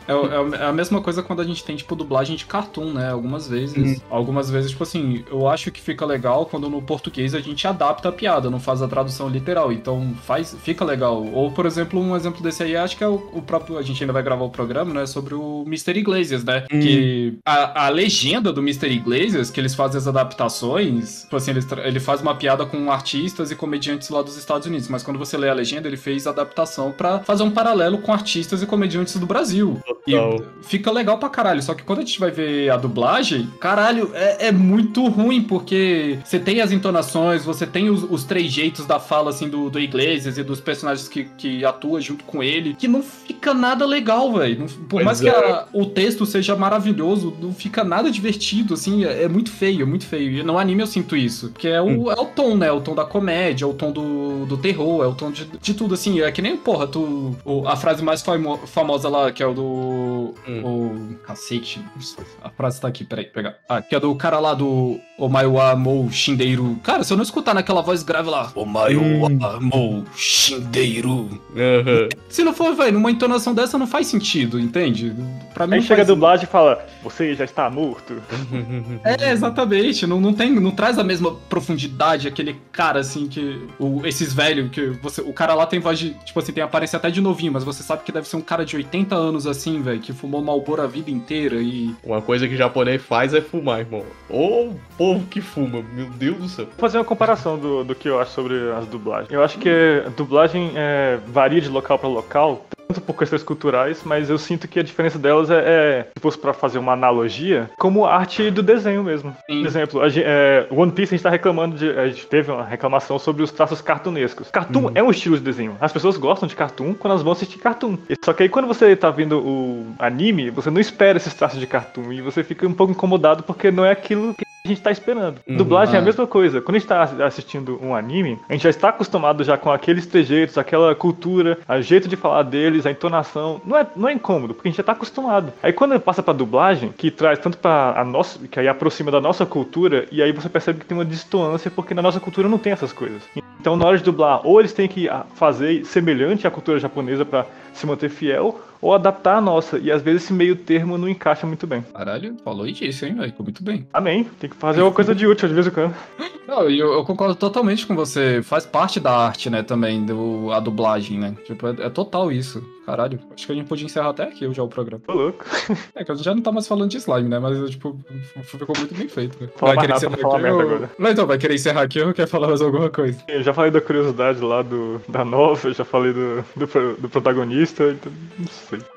é a mesma coisa quando a gente tem, tipo, dublagem de cartoon, né? Algumas vezes, tipo assim, eu acho que fica legal quando no português a gente adapta a piada, não faz a tradução literal. Então, fica legal. Ou, por exemplo, um exemplo desse aí, acho que é o próprio... A gente ainda vai gravar o programa, né? Sobre o Mr. Iglesias, né? Que a legenda do Mr. Iglesias, que eles fazem as adaptações, tipo assim, ele faz uma piada com artistas e comediantes lá dos Estados Unidos, mas quando você lê a legenda, ele fez adaptação pra fazer um paralelo com artistas e comediantes do Brasil. Total. E fica legal pra caralho. Só que quando a gente vai ver a dublagem, caralho, é muito ruim, porque você tem as entonações, você tem os trejeitos da fala, assim, do Iglesias e dos personagens que atuam junto com ele, que não fica nada legal, velho. Por mais que o texto seja maravilhoso, não fica nada divertido, assim, é muito feio, é muito feio. E no anime eu sinto isso, porque é o tom, né? É o tom da comédia, é o tom do terror, é o tom de tudo, assim. É que nem, porra, a frase mais famosa lá, que é o do... Cacete. A frase tá aqui, peraí, pegar. Que é do cara lá do Omaiwa Mou Shindeiru. Cara, se eu não escutar naquela voz grave lá, Omaiwa Mou Shindeiru. Se não for, velho, numa entonação dessa não faz sentido, entende? Pra mim Aí chega a dublagem e fala, você já está morto. Exatamente. Não traz a mesma profundidade, aquele cara, assim, que... esses velhos, que o cara lá tem voz de... Tipo assim, tem aparência até de novinho, mas você sabe que deve ser um cara de 80 anos, assim, velho, que fumou Marlboro a vida inteira e... Uma coisa que japonês faz é fumar, irmão. Ô povo que fuma, meu Deus do céu. Vou fazer uma comparação do que eu acho sobre as dublagens. Eu acho que a dublagem varia de local pra local, tanto por questões culturais, mas eu sinto que a diferença delas se fosse pra fazer uma analogia, como a arte do desenho mesmo. Sim. Por exemplo, One Piece a gente tá reclamando a gente teve uma reclamação sobre os traços cartunescos. Cartoon é um estilo de desenho. As pessoas gostam de cartoon quando elas vão assistir cartoon. Só que aí quando você tá vendo o anime, você não espera esses traços de cartoon e você fica um pouco incomodado porque não é aquilo que a gente tá esperando. Dublagem é a mesma coisa. Quando a gente tá assistindo um anime, a gente já está acostumado já com aqueles trejeitos, aquela cultura, o jeito de falar deles, a entonação. Não é incômodo, porque a gente já tá acostumado. Aí quando passa pra dublagem, que traz tanto pra a nossa, que aí aproxima da nossa cultura, e aí você percebe que tem uma distância, porque na nossa cultura não tem essas coisas. Então na hora de dublar, ou eles têm que fazer semelhante à cultura japonesa pra se manter fiel, ou adaptar a nossa. E às vezes esse meio termo não encaixa muito bem. Caralho, falou disso, hein, velho? Ficou muito bem. Amém. Tem que fazer uma coisa de útil de vez em quando. Não, eu concordo totalmente com você. Faz parte da arte, né, também, a dublagem, né? Tipo, é total isso. Caralho, acho que a gente podia encerrar até aqui já o programa. Tô louco. É que a gente já não tá mais falando de slime, né? Mas, tipo, ficou muito bem feito, né? Fala mais nada pra falar merda agora. Não, então, vai querer encerrar aqui ou quer falar mais alguma coisa? Eu já falei da curiosidade lá da nova, eu já falei do protagonista, então não sei.